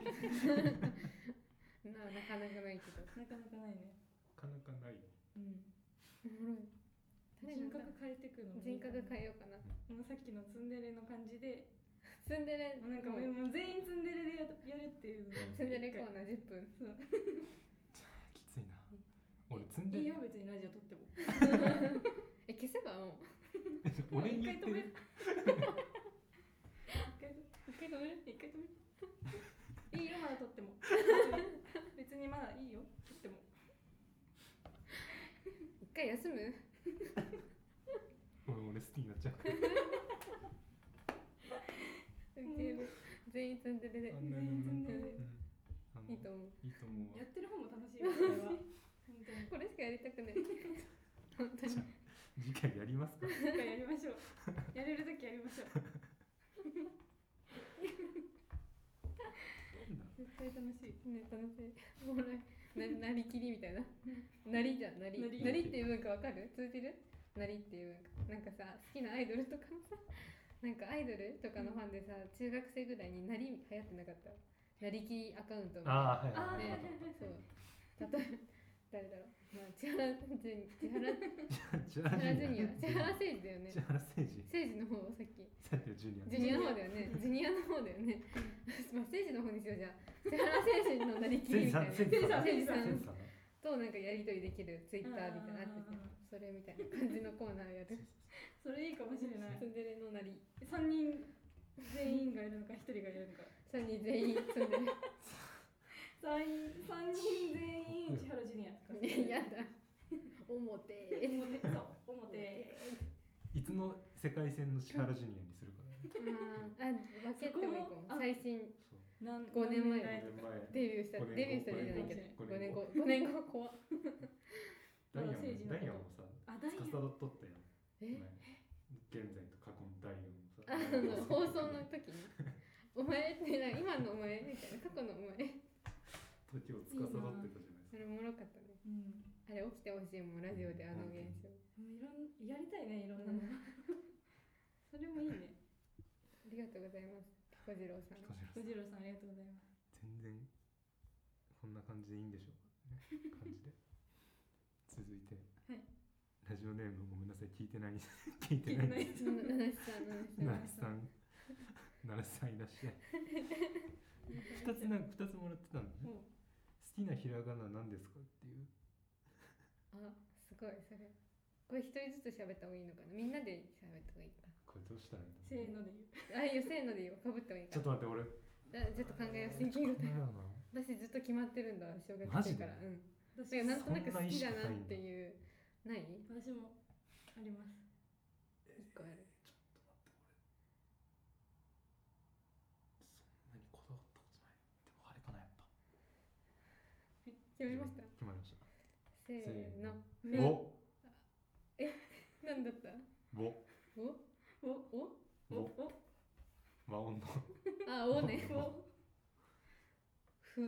Speaker 3: なかなかないけど。
Speaker 2: なかなかないね。
Speaker 1: なかなかない。
Speaker 3: おもろい。
Speaker 2: 人格変えてくの。
Speaker 3: 人格変えようかな。
Speaker 2: もうさっきのツンデレの感じで。
Speaker 3: ツンデレ
Speaker 2: なんかもう全員ツンデレでやるっていうの。
Speaker 3: ツンデレコーナー10分。
Speaker 2: そう。
Speaker 1: きついな。俺ツンデレ。
Speaker 2: いいよ別にラジオ撮っても。
Speaker 3: 消せばもう。
Speaker 1: 俺に言ってる。
Speaker 2: 一回止める。いいよまだ撮っても。別にまだいいよ撮っても。
Speaker 3: 一回休む？
Speaker 1: 俺好きになっちゃう。
Speaker 3: 全員ツンデレで。
Speaker 2: 全員ツンデレ。
Speaker 3: いいと思う。
Speaker 1: いいと思う。
Speaker 2: やってる方も楽しいわこれは。
Speaker 3: これしかやりたくない。本当に。
Speaker 1: 次回やりますか？
Speaker 2: 次回やりましょう。やれるときやりましょう。絶対楽しい。
Speaker 3: ね、楽しい。おもろい。なりきりみたいな。なりじゃん、なりっていう文化わかる？通じる？なりっていう文化。なんかさ、好きなアイドルとかのさ、なんかアイドルとかのファンでさ、中学生ぐらいになり流行ってなかった？なりきりアカウントみたいな。
Speaker 1: ああ、はい。
Speaker 3: そう。例えば誰だろう。まあ、千原ジュニア。千原誠司だよね。
Speaker 1: 千原誠司。
Speaker 3: 誠司の方さっき。
Speaker 1: さっきのジュニア。
Speaker 3: ジュニアの方だよね。ジュニアの方だよね。まあ、誠司の方にしようじゃあ。千原誠司のなりきりみたいな。誠司さんとなんかやりとりできるツイッターみたいなのあってて、それみたいな感じのコーナーやる。
Speaker 2: それいいかもしれない。
Speaker 3: ツンデレのなり。
Speaker 2: 3人全員がいるのか1人がいるのか。
Speaker 3: 3人全員ツンデレ。
Speaker 2: 3人全員千原ジュニアとか。
Speaker 3: やだ。表。
Speaker 2: そう表。
Speaker 3: い
Speaker 1: つの世界線の千原ジュニアにするかね。
Speaker 3: 分けてもいいかも。最新。5年前デビューしたじゃないけど5年後怖っ。
Speaker 1: ダイヤモンもさ司っとったやん。現在と過去のダイヤモンさ
Speaker 3: 放送の時にお前って今のお前みたいな過去のお前
Speaker 1: 時を司ってたじゃないですか。
Speaker 3: それおもろかったね。あれ起きてほしいもんラジオであの現象。
Speaker 2: やりたいねいろんなの。それもいいね。
Speaker 3: ありがとうございます。小次郎さん。
Speaker 2: 小次郎さんありがとうございます。
Speaker 1: 全然こんな感じでいいんでしょうかね。感じで。続いて、
Speaker 2: はい、
Speaker 1: ラジオネームごめんなさい聞いてない聞いてない。
Speaker 3: ナナシさん
Speaker 1: いらっしゃい。2つもらってたんだね。好きなひらがな何ですかっていう。
Speaker 3: あ、すごいそれ。これ一人ずつ喋った方がいいのかな。みんなで喋った方がいいか。
Speaker 1: これどうしたらいいの？
Speaker 2: せーので言う。
Speaker 3: せーので言う。かぶってもいいか。
Speaker 1: ちょっと待って俺。
Speaker 3: ちょっと考えよう。シンキングタイム。私ずっと決まってるんだ小学生から。私がなんとなく好きだなっていうない
Speaker 2: 私もあります。
Speaker 3: 1個ある。
Speaker 1: ちょっと待って俺そんなにこだわったことない。でもあれかなやっぱ。
Speaker 3: 決まりました。
Speaker 1: 決まりました。
Speaker 3: 好せーの。
Speaker 1: ぼ
Speaker 3: なんだった？
Speaker 1: ぼ和音の
Speaker 3: あ、おね。ふ。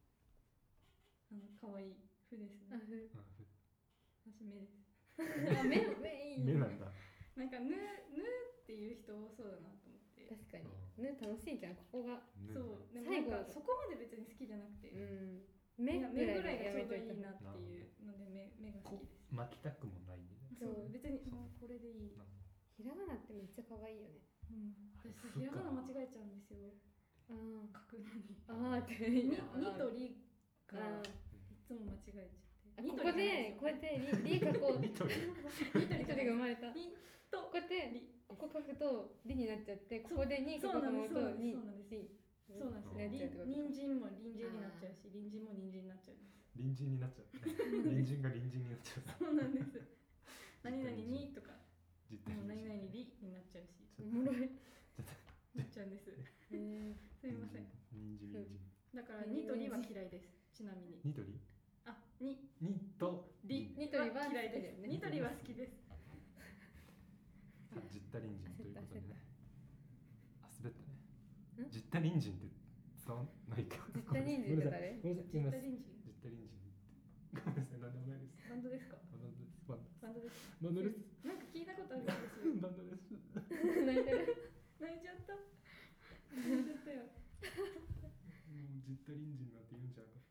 Speaker 2: かわいいふですね。私目です。
Speaker 3: あ、目いい。
Speaker 1: 目なんだ。
Speaker 2: なんかぬっていう人多そうだなと思って。
Speaker 3: 確かに。ぬ楽しいじゃん、ここが。
Speaker 2: そう。でもなんかそこまで別に好きじゃなくて。目ぐらいがちょうどいいなっていうので目が好きです。
Speaker 1: 巻きたくもない。
Speaker 2: そう別にこれでいい。
Speaker 3: ひらがなってめっちゃ可愛いよね。
Speaker 2: 私ひらがな間違えちゃうんですよ。書くのに。
Speaker 3: って
Speaker 2: にとりがいつも間違えちゃって。
Speaker 3: ここでこうやってり書こう。にとりが生まれた。こうやってここ書くとりになっちゃって、ここでに書こうと思うとに。
Speaker 2: そうなんですね。隣人も隣人になっちゃうし、隣人も隣人になっちゃう。
Speaker 1: 隣人になっちゃう。隣人が隣人になっちゃう。
Speaker 2: そうなんです。何々にとか、何々りになっちゃうし。
Speaker 3: おもろい。
Speaker 2: なっちゃうんです。すみません。
Speaker 1: 人。
Speaker 2: だからにとりは嫌いです。ちなみに。
Speaker 1: にとり？
Speaker 2: あ、に
Speaker 1: と
Speaker 2: りは嫌いです。にとりは好きです。
Speaker 1: 実体隣人ということでね。あ、滑ったね。実体隣人って伝わんないか。
Speaker 3: 実体隣人って誰？
Speaker 1: ごめんなさい。
Speaker 2: 実体隣人。
Speaker 1: 実体隣人。ごめんなさい。なんでもないです。
Speaker 2: バンドですか？バンドです。
Speaker 1: バンドです。
Speaker 2: なんか聞いたことあるんですよ。
Speaker 1: バンドです。
Speaker 2: 泣いてる。泣いちゃった。泣いちゃったよ。
Speaker 1: もう実体隣人なんて言うんじゃなかった。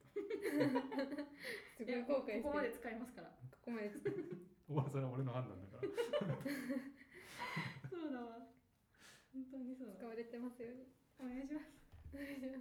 Speaker 3: すごい後悔してる。
Speaker 2: ここまで使いますから。
Speaker 3: ここまで使う。
Speaker 1: それは俺の判断だから。
Speaker 2: そうだわ。本当にそうだ。
Speaker 3: 使われてますよね。
Speaker 2: お願いします。お願いします。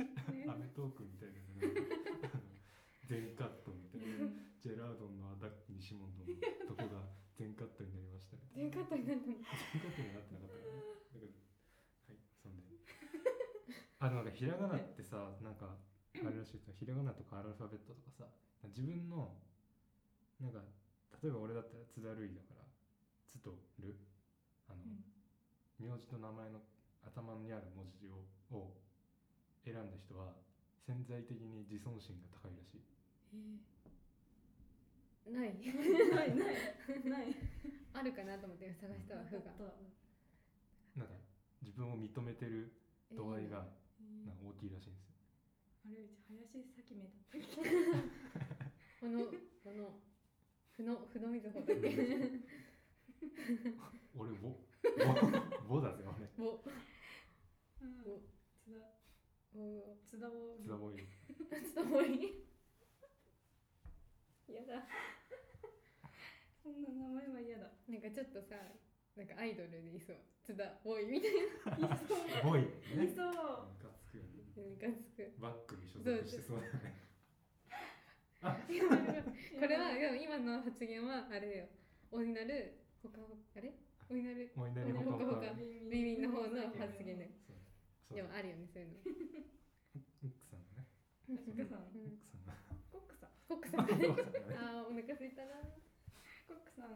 Speaker 1: アメトークみたいなね。全カットみたいな。ジェラードンのアタック西本のとこが全カットになりましたね。
Speaker 3: 全カットになったの？
Speaker 1: 全カットになってなかったからね。だからはい、そんで。なんかひらがなってさ、なんかあれらしいですよ。ひらがなとかアルファベットとかさ、自分のなんか例えば俺だったら津田るいだから津とる名字と名前の頭にある文字を選んだ人は潜在的に自尊心が高いらしい。
Speaker 3: ない
Speaker 2: ない
Speaker 3: あるかなと思って探したわ。ふが
Speaker 1: なんか自分を認めてる度合いがなんか大きいらしいんですよ。
Speaker 2: あれうち林咲芽だったっけ？
Speaker 3: このふのみずほだっけ？
Speaker 1: 俺ボだぜ俺。
Speaker 2: 津田ボーイ。やだ。そんな名前は嫌だ。
Speaker 3: なんかちょっとさ、なんかアイドルでいそう。津田ボーイみたいな。
Speaker 2: いそう。
Speaker 1: ボーイ。
Speaker 2: いそう。
Speaker 1: ムカつくよね。
Speaker 3: ムカつく。
Speaker 1: バックに所属してそうだよね。
Speaker 3: これは今の発言はあれよ。おになるほかあれ？おになるほか耳の方の発言で。でもあるよねそういうの。
Speaker 1: 奥さんのね。
Speaker 3: コックさんね。ああお腹すいたな。
Speaker 2: コックさん。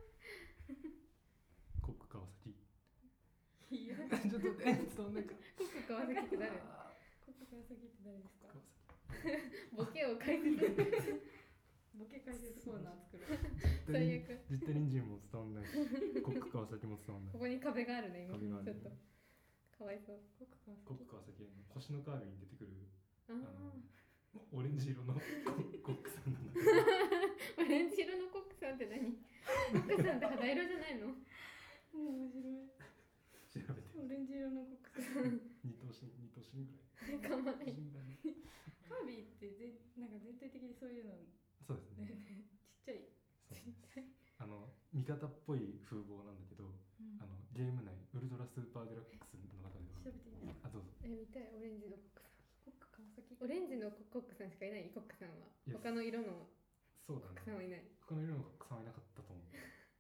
Speaker 1: コック川崎。
Speaker 2: いや
Speaker 1: ちょっとそんなか。
Speaker 3: コック川崎って誰？
Speaker 2: コック川崎って誰ですか？
Speaker 3: ボケを解説。
Speaker 2: ボケ解説コーナー作る。
Speaker 3: 最悪。
Speaker 1: 実体隣人も伝わんないし、コック川崎も伝わんない。
Speaker 3: ここに壁があるね今ちょっと。かわいそう。
Speaker 2: コック
Speaker 1: 川崎の星のカービィに出てくるオ
Speaker 3: オ
Speaker 1: レンジ色のコックさんなんだけど。
Speaker 3: オレンジ色のコックさんって何？コックさんって肌色じゃないの？
Speaker 2: 面白い。
Speaker 1: 調べて。
Speaker 2: オレンジ色のコックさん。
Speaker 1: 二頭身ぐらい。
Speaker 3: かわいい。
Speaker 2: カービィってなんか全体的にそういうの。
Speaker 1: そうですね。
Speaker 2: ちっちゃい。
Speaker 1: 味方っぽい風貌なんだけど、ゲーム内ウルトラスーパーデラックスの中では。
Speaker 2: 調べていいですか？
Speaker 1: どうぞ。
Speaker 3: 見たいオレンジのコックさん。
Speaker 2: コック川崎。
Speaker 3: オレンジのコックさんしかいない。コックさんは。他の色の
Speaker 1: そうだね。
Speaker 3: コックさんはいない。
Speaker 1: 他の色のコックさんはいなかったと思う。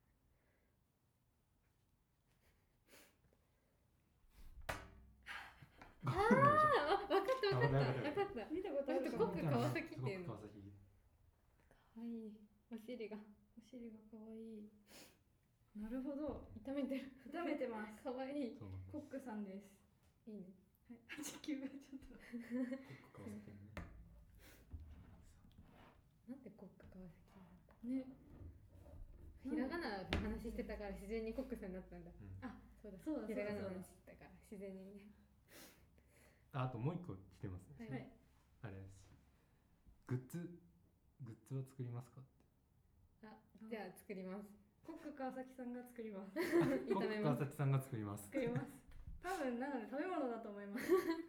Speaker 3: 分かった。
Speaker 2: 見たことある。
Speaker 3: コック川崎っていうの。
Speaker 1: 川崎。
Speaker 3: かわいい。お尻が
Speaker 2: かわいい。なるほど。
Speaker 3: 炒めてます。かわいい。
Speaker 2: コックさんです。
Speaker 3: いいね。
Speaker 2: はい。地球がちょっと。
Speaker 1: コック川崎ね。
Speaker 3: なんでコック川
Speaker 2: ね。
Speaker 3: ひらがなの話してたから自然にコックさんになったんだ。
Speaker 2: あ、
Speaker 3: そうだ
Speaker 2: そうだ
Speaker 3: ひらがなの話してたから自然にね。
Speaker 1: あともう一個来てますね。
Speaker 2: はい。
Speaker 1: あれです。グッズは作りますかって。
Speaker 3: あ、じゃあ作ります。
Speaker 2: コック川崎さんが作ります。
Speaker 1: コック川崎さんが作ります。
Speaker 2: 作ります。多分なので食べ物だと思います。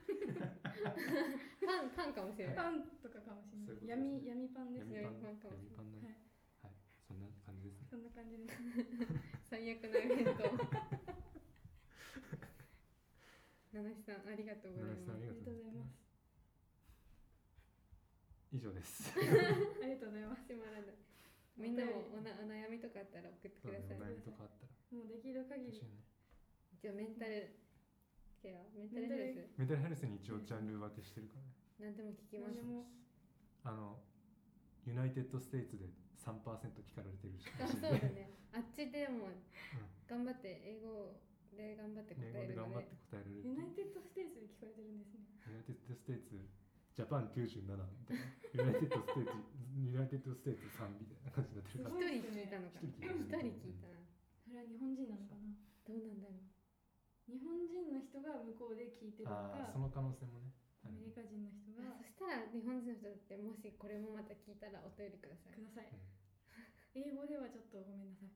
Speaker 3: パンかもしれない。
Speaker 2: パンとかかもしれない。闇パンですね。
Speaker 1: 闇パンね。はい。そんな感じですね。
Speaker 2: そんな感じです。
Speaker 3: 最悪なイベント。七七さんありがとうございます。
Speaker 2: ありがとうございます。
Speaker 1: 以上です。
Speaker 2: ありがとうございます。
Speaker 3: 閉まらない。みんなもお悩みとかあったら送ってください。
Speaker 1: お悩みとかあったら。
Speaker 2: もうできる限り。
Speaker 3: じゃあメンタルケア、メンタルヘルス
Speaker 1: に一応ジャンル分けしてるからね。
Speaker 3: 何でも聞きます。
Speaker 1: ユナイテッドステイツで 3% 聞かれてるし。
Speaker 3: あ、そうだね。あっちでも頑張って英語で頑張って答えるので。
Speaker 2: ユナイテッドステイツで聞かれてるんですね。
Speaker 1: ユナイテッドステイツジャパン97みたいな。ユナイテッドステイツ3みたいな感じになってるから。
Speaker 3: 一人聞いたのかな。一人聞いたな。
Speaker 2: それは日本人なのかな。
Speaker 3: どうなんだろう。
Speaker 2: 日本人の人が向こうで聞いてるのか、
Speaker 1: その可能性もね。
Speaker 2: アメリカ人の人が。
Speaker 3: そしたら日本人の人だってもしこれもまた聞いたらお便りください。英
Speaker 2: 語ではちょっとごめんなさい。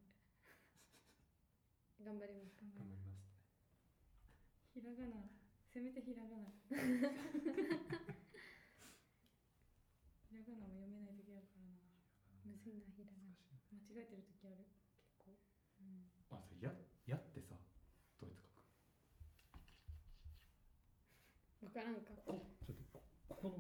Speaker 3: 頑張ります。
Speaker 1: 頑張ります。
Speaker 2: ひらがな、せめてひらがな。ひらがなも読めない時あるからな。
Speaker 3: むずいな、ひらがな。
Speaker 2: 間違えてる時ある。結構。
Speaker 1: あ、それやってさ、どうやって書く？
Speaker 3: わからんか。
Speaker 1: ちょっとここ。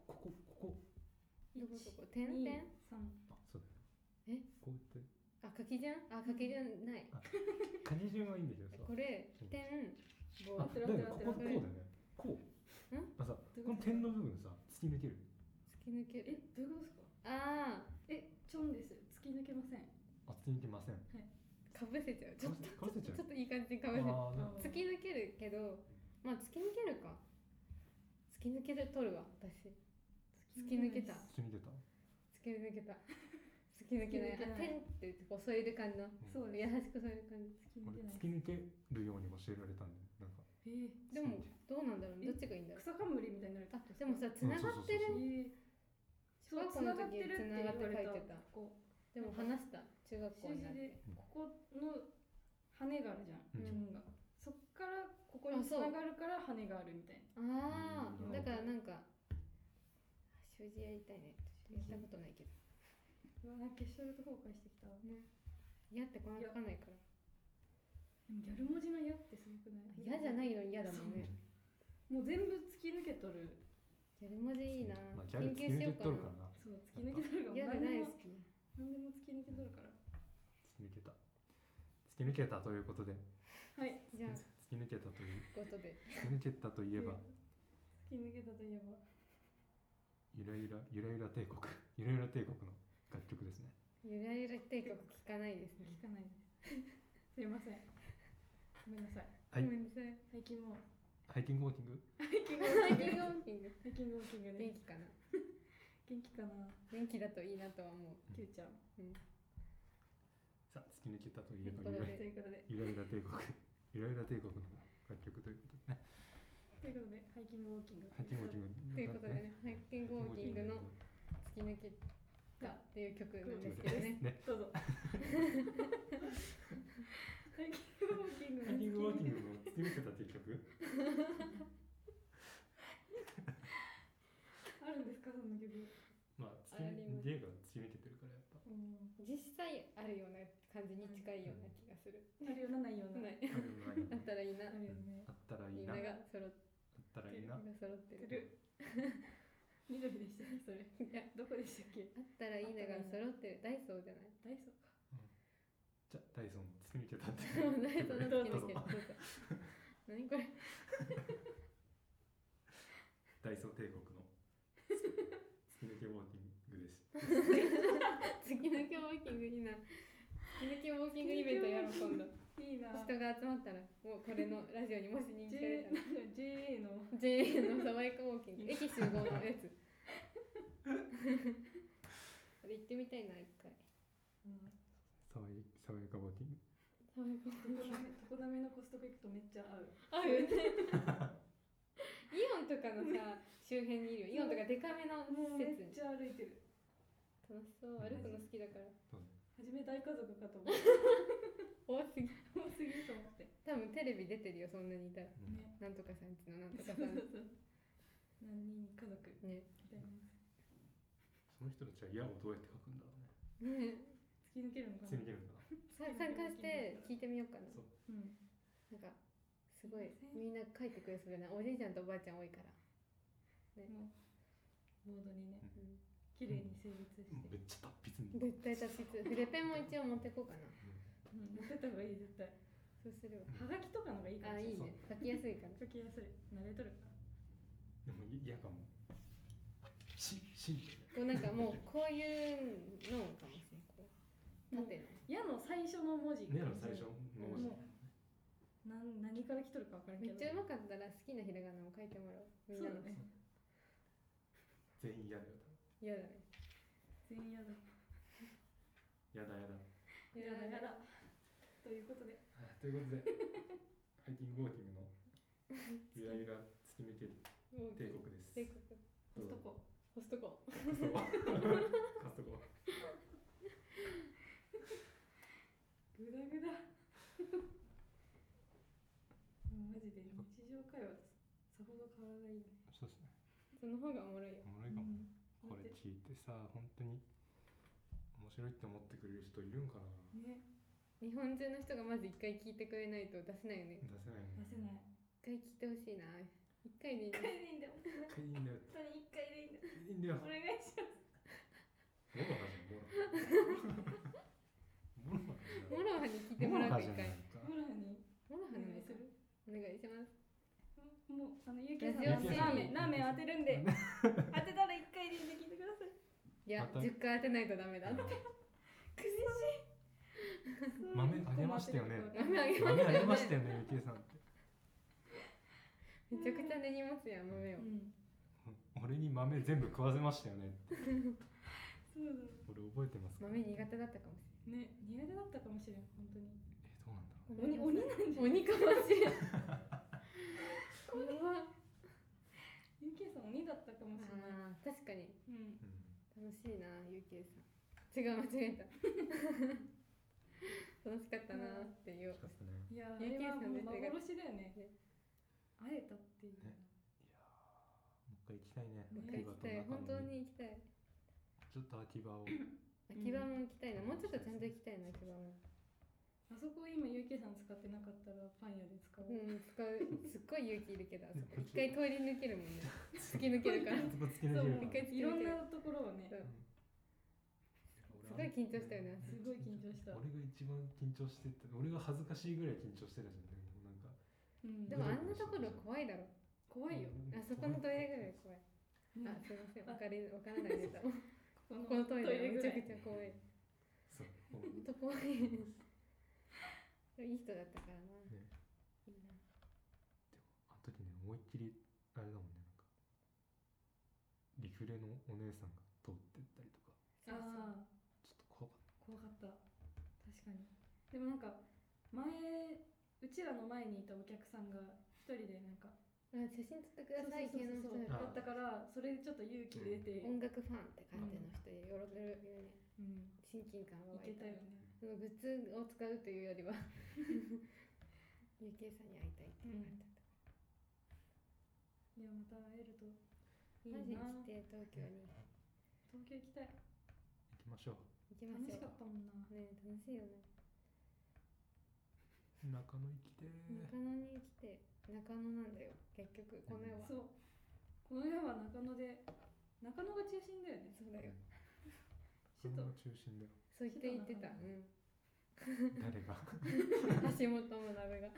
Speaker 3: どこ点々？
Speaker 1: あ、そうだよ。こうやって。
Speaker 3: あ、書き順？あ、書き順ない。
Speaker 1: 書き順はいいんだけどさ。
Speaker 3: これ点
Speaker 2: 棒。
Speaker 1: こうだよね。こう。あさ、この点の部分さ、突き抜ける。
Speaker 2: どういうことですか？
Speaker 3: ああ。
Speaker 2: チョンです。突き抜けません。
Speaker 1: あ、突き抜けません。はい。
Speaker 3: かぶせちゃう。ちょっといい感じにかぶせちゃう。突き抜けるけど、まあ突き抜けるか。突き抜けで取るわ、私。突き抜けた。
Speaker 1: 突き抜けた。
Speaker 3: 突き抜けた。突き抜けない。点ってこう添える感じの。そう、優しく添える感じ。
Speaker 1: 突き抜けるように教えられたんで、なんか。
Speaker 3: でもどうなんだろう。どっちがいいんだろう。
Speaker 2: 草冠みたいになる。
Speaker 3: あ、でもさ、繋がってる。小学校の時繋がって書いてた。でも話した。中学校になって。
Speaker 2: ここの羽があるじゃん。そっからここに繋がるから羽があるみたい
Speaker 3: な。ああ、だからなんか習字やりたいね。やったことないけど。
Speaker 2: なんか消しちゃうと崩壊してきたね。
Speaker 3: 嫌ってこんな書かないから。
Speaker 2: ギャル文字の嫌ってすごくない？
Speaker 3: 嫌じゃないの嫌だもんね。
Speaker 2: もう全部突き抜けとる。
Speaker 3: ギャル文字いいな。
Speaker 1: 研究しようかな。
Speaker 2: そう、突き抜けとるが
Speaker 3: 嫌で大好き。
Speaker 2: 何でも突き抜けとるから。
Speaker 1: 突き抜けた。突き抜けたということで。
Speaker 2: はい。
Speaker 3: じゃあ
Speaker 1: 突き抜けたという
Speaker 3: ことで。
Speaker 1: 突き抜けたといえば。
Speaker 2: 突き抜けたといえば。
Speaker 1: ゆらゆら帝国。ゆらゆら帝国の楽曲ですね。
Speaker 3: ゆらゆら帝国聞かないですね。
Speaker 2: 聞かないです。すいません。ごめんなさい。
Speaker 1: はい。
Speaker 3: ごめんなさい。
Speaker 2: 最近も。
Speaker 1: ハイキングウォーキング。
Speaker 3: ハイキングウォーキング。
Speaker 2: 元
Speaker 3: 気かな。
Speaker 2: 元気かな。
Speaker 3: 元気だといいなとは思う。
Speaker 2: キューちゃん。
Speaker 1: さあ、突き抜けたといえば
Speaker 2: ゆら
Speaker 1: ゆら帝国。ゆらゆら帝国の楽曲ということでね。
Speaker 2: ということで、ハイキングウォーキング。
Speaker 3: ということでね、ハイキングウォーキングの突き抜けたっていう曲なんですけどね。
Speaker 2: どうぞ。ハイキングウォーキング
Speaker 1: の突き抜けたっていう曲
Speaker 2: あるんですか、そんな曲。
Speaker 1: まあ、ゲイが突き抜けてるからやっぱ。
Speaker 3: 実際あるような感じに近いような気がする。
Speaker 2: あるような、ないような。
Speaker 3: あったらいいな。
Speaker 2: あるよね。
Speaker 1: あったらいいな。
Speaker 3: みんなが揃って
Speaker 2: る。緑でしたね、それ。いや、どこでしたっけ？
Speaker 3: あったらいいなが揃ってる。ダイソーじゃない？
Speaker 2: ダイソーか。
Speaker 1: じゃあ、ダイソーの突き抜けたって。
Speaker 3: ダイソーの突き抜けた。何これ？
Speaker 1: ダイソー帝国の突き抜けウォーキングです。
Speaker 3: 突き抜けウォーキングいいな。突き抜けウォーキングイベントやろう今度。
Speaker 2: いいな。
Speaker 3: 人が集まったらもうこれのラジオにもし人気が出たら
Speaker 2: JA の
Speaker 3: サバイカウォーキング駅集合のやつ。あれ行ってみたいな一回。
Speaker 1: 爽やかボーティング。
Speaker 2: 常滑のコストコ行くとめっちゃ合う。
Speaker 3: 合うよね。イオンとかのさ周辺にいるよ。イオンとかデカめの
Speaker 2: もうめっ
Speaker 3: 施設に
Speaker 2: ちゃ歩いてる。
Speaker 3: 楽しそう。歩くの好きだから。
Speaker 2: 初め大家族かと思って。
Speaker 3: 多すぎ。
Speaker 2: 多すぎると思って。
Speaker 3: 多分テレビ出てるよそんなにいたら。
Speaker 2: ね。
Speaker 3: なんとかさんちのなんとかさん。
Speaker 2: 何人家族
Speaker 3: ね。
Speaker 2: みたいな。
Speaker 1: その人たちは矢をどうやって書くんだろうね。
Speaker 3: ね。
Speaker 2: 突き抜けるのかな。
Speaker 1: 突き抜けるんだ。
Speaker 3: 参加して聞いてみようかな。
Speaker 1: そう。
Speaker 2: うん。
Speaker 3: なんかすごいみんな書いてくれそうじゃない。おじいちゃんとおばあちゃん多いから。ね。
Speaker 2: もうボードにね、
Speaker 3: うん。
Speaker 2: 綺麗に整列して。
Speaker 1: めっちゃ達筆に。
Speaker 3: 絶対達筆。筆ペンも一応持ってこうかな。
Speaker 2: うん、持ってった方がいい絶対。
Speaker 3: そうすれば。
Speaker 2: はがきとかのがいいかも
Speaker 3: あ、いいね。書きやすいから。
Speaker 2: 書きやすい。慣れとるから。
Speaker 1: でも嫌かも。し
Speaker 3: こうなんかもうこういうのかもしれん。こう縦の。
Speaker 2: 矢の最初の文字。
Speaker 1: 矢の最初の文字。
Speaker 2: 何から来とるか分からんけど。
Speaker 3: めっちゃうまかったら好きなひらがなも書いてもらおう。みんなの。
Speaker 2: ね。
Speaker 1: 全員嫌だよ。
Speaker 3: 嫌だね。
Speaker 2: 全員嫌だ。
Speaker 1: やだ。
Speaker 2: ということで。
Speaker 1: ハイキングウォーキングのゆらゆら突き抜ける帝国です。
Speaker 3: 帝国。ホストコ。
Speaker 2: グダグダ。マジで日常会話さほど変わらないよね。
Speaker 1: そうですね。
Speaker 3: その方がおもろいよ。
Speaker 1: おもろいかも。これ聞いてさ、本当に面白いって思ってくれる人いるんかな。
Speaker 2: ね。
Speaker 3: 日本中の人がまず一回聞いてくれないと出せないよね。
Speaker 1: 出せない。
Speaker 3: 一回聞いてほしいな。一回でいいんだよ。
Speaker 2: 一回でいいんだよ。本当に一回でいいんだよ。お願いします。
Speaker 3: モロハに聞いてもらう一回。
Speaker 2: モロハに
Speaker 3: お願いします。
Speaker 2: もうゆうきさんラーメン当てるんで当てたら1回で聞いてください。
Speaker 3: いや10回当てないとダメだって。
Speaker 2: 苦しい。
Speaker 1: 豆あげましたよね。
Speaker 3: 豆あ
Speaker 1: げましたよね、ゆきえさんって。
Speaker 3: めちゃくちゃ根に持つやん豆を。
Speaker 1: 俺に豆全部食わせましたよね。
Speaker 2: そうだ。
Speaker 1: 俺覚えてます。
Speaker 3: 豆苦手だったかもしれない。
Speaker 2: ね、苦手だったかもしれん本当に。
Speaker 1: どうなんだろう。
Speaker 2: 鬼なんじゃない。
Speaker 3: 鬼かもしれん。怖っ。
Speaker 2: ゆきえさん鬼だったかもしれない。
Speaker 3: 確かに。楽しいなゆきえさん。違う間違えた。楽しかったなっていう。
Speaker 2: いやあれはもう幻だよね。会えたっていう。
Speaker 1: いやもう一回行きたいね。
Speaker 3: もう一回行きたい。本当に行きたい。
Speaker 1: ちょっと秋葉を。
Speaker 3: 秋葉も行きたいな。もうちょっとちゃんと行きたいな秋葉も。
Speaker 2: あそこ今ゆうきさん使ってなかったらパン屋で使う。
Speaker 3: 使う。すっごい勇気いるけど、一回通り抜けるもんね。突き抜けるから。
Speaker 2: いろんなところをね。
Speaker 3: すごい緊張したよね。
Speaker 2: すごい緊張した。
Speaker 1: 俺が一番緊張してて、俺が恥ずかしいぐらい緊張してたじゃん。なんか。
Speaker 3: でもあんなところ怖いだろ。
Speaker 2: 怖いよ。
Speaker 3: あそこのトイレぐらい怖い。あ、すいません。わからないネタも。このトイレめちゃくちゃ怖い。
Speaker 1: そう。
Speaker 3: 本当怖い。いい人だったからな。いいな。
Speaker 1: でもあの時ね、思いっきりあれだもんね、なんかリフレのお姉さんが通ってったりとか。
Speaker 2: ああ。
Speaker 1: ちょっと怖かった。
Speaker 2: 確かに。でもなんかうちらの前にいたお客さんが一人でなんか。
Speaker 3: 写真撮ってください系の人
Speaker 2: だったからそれでちょっと勇気出て。
Speaker 3: 音楽ファンって感じの人で喜べるよね。親近感が湧いたよね。グッズを使うというよりはゆうきえさんに会いたいって言われた。
Speaker 2: いやまた会えるといいな。
Speaker 3: マジ来て東京に。
Speaker 2: 東京行きたい。
Speaker 1: 行きましょう。
Speaker 2: 楽しかったもんな。
Speaker 3: ね楽しいよね。
Speaker 1: 中野行きて。
Speaker 3: 中野に来て中野なんだよ結局この世は。
Speaker 2: そう。この世は中野で中野が中心だよね。
Speaker 3: そうだよ。
Speaker 1: 首都が中心だよ。
Speaker 3: そう言ってた。
Speaker 1: 誰が？
Speaker 3: 橋本学が。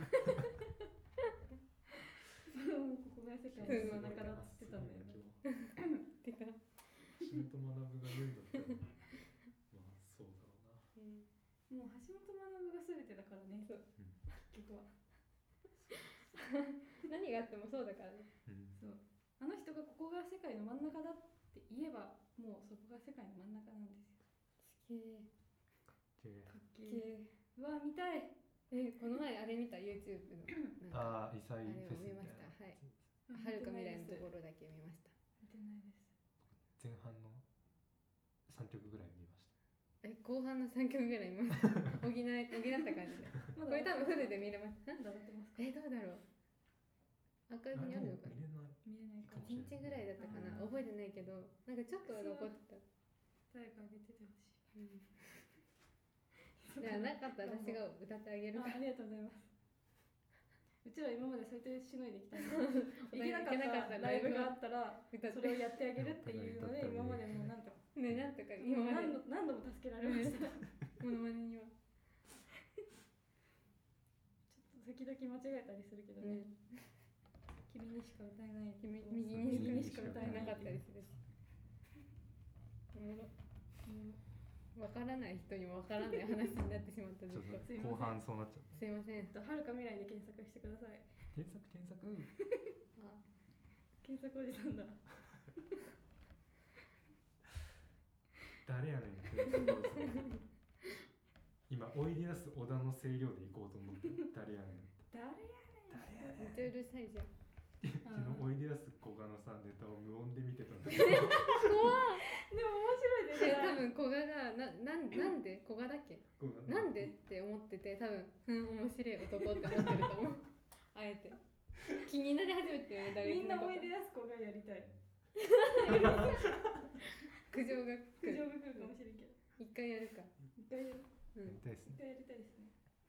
Speaker 2: ここが世界の真ん中だって言ってたんだよね。
Speaker 3: てか
Speaker 1: 橋本学が言うんだったらまあそうだろうな。
Speaker 2: もう橋本学が全てだからね。結局は。
Speaker 3: 何があってもそうだからね。
Speaker 2: そう。あの人がここが世界の真ん中だって言えばもうそこが世界の真ん中なんですよ。
Speaker 3: すげえ。
Speaker 2: うわ見たい。
Speaker 3: この前あれ見た YouTube のなんか
Speaker 1: 異彩フェスみたいな。
Speaker 3: はい。はるか未来のところだけ見ました。
Speaker 2: 見てないです。
Speaker 1: 前半の3曲ぐらい見ました。
Speaker 3: 後半の3曲ぐらい見ました。補った感じで。これ多分フルで見れます。
Speaker 2: なんだろうってますか。
Speaker 3: どうだろう。アーカイブにあるのかな。
Speaker 2: 見れないかも。
Speaker 3: 1日ぐらいだったかな。覚えてないけど、なんかちょっとは残ってた。
Speaker 2: 誰か上げててほしい。
Speaker 3: じゃあなかったら私が歌ってあげるから。
Speaker 2: ありがとうございます。うちら今までそうやってしのいできたんで、行けなかったライブがあったらそれをやってあげるっていうので今までもなんとか
Speaker 3: なんとか今まで
Speaker 2: 何度も助けられました。
Speaker 3: モノマネには
Speaker 2: ちょっと時々間違えたりするけどね。君にしか歌えない。
Speaker 3: 右にしか歌えなかったりするし。わからない人にもわからない話になってしまったんですけど、
Speaker 1: 後半そうなっちゃった。
Speaker 3: すいません。
Speaker 2: はるか未来で検索してください。
Speaker 1: 検索
Speaker 2: 検索おじさんだ。
Speaker 1: 誰やねん。今おいでやす小田の声量で行こうと思って誰やねん。
Speaker 3: めっちゃうるさいじゃん。
Speaker 1: 昨日おいでやすこがのさんネタを無音で見てたんだけ
Speaker 3: ど。怖い。
Speaker 2: でも面白いですね。
Speaker 3: 多分古賀がなんで古賀だっけ？なんでって思ってて、多分面白い男って思ってると思う。あえて気になり始めてるね。
Speaker 2: みんなおいでやすこがやりたい。
Speaker 3: 苦情が来る
Speaker 2: かもしれんけど。
Speaker 3: 一回やるか。
Speaker 2: 一回やる。
Speaker 1: やりたいですね。
Speaker 2: 一回やりたいですね。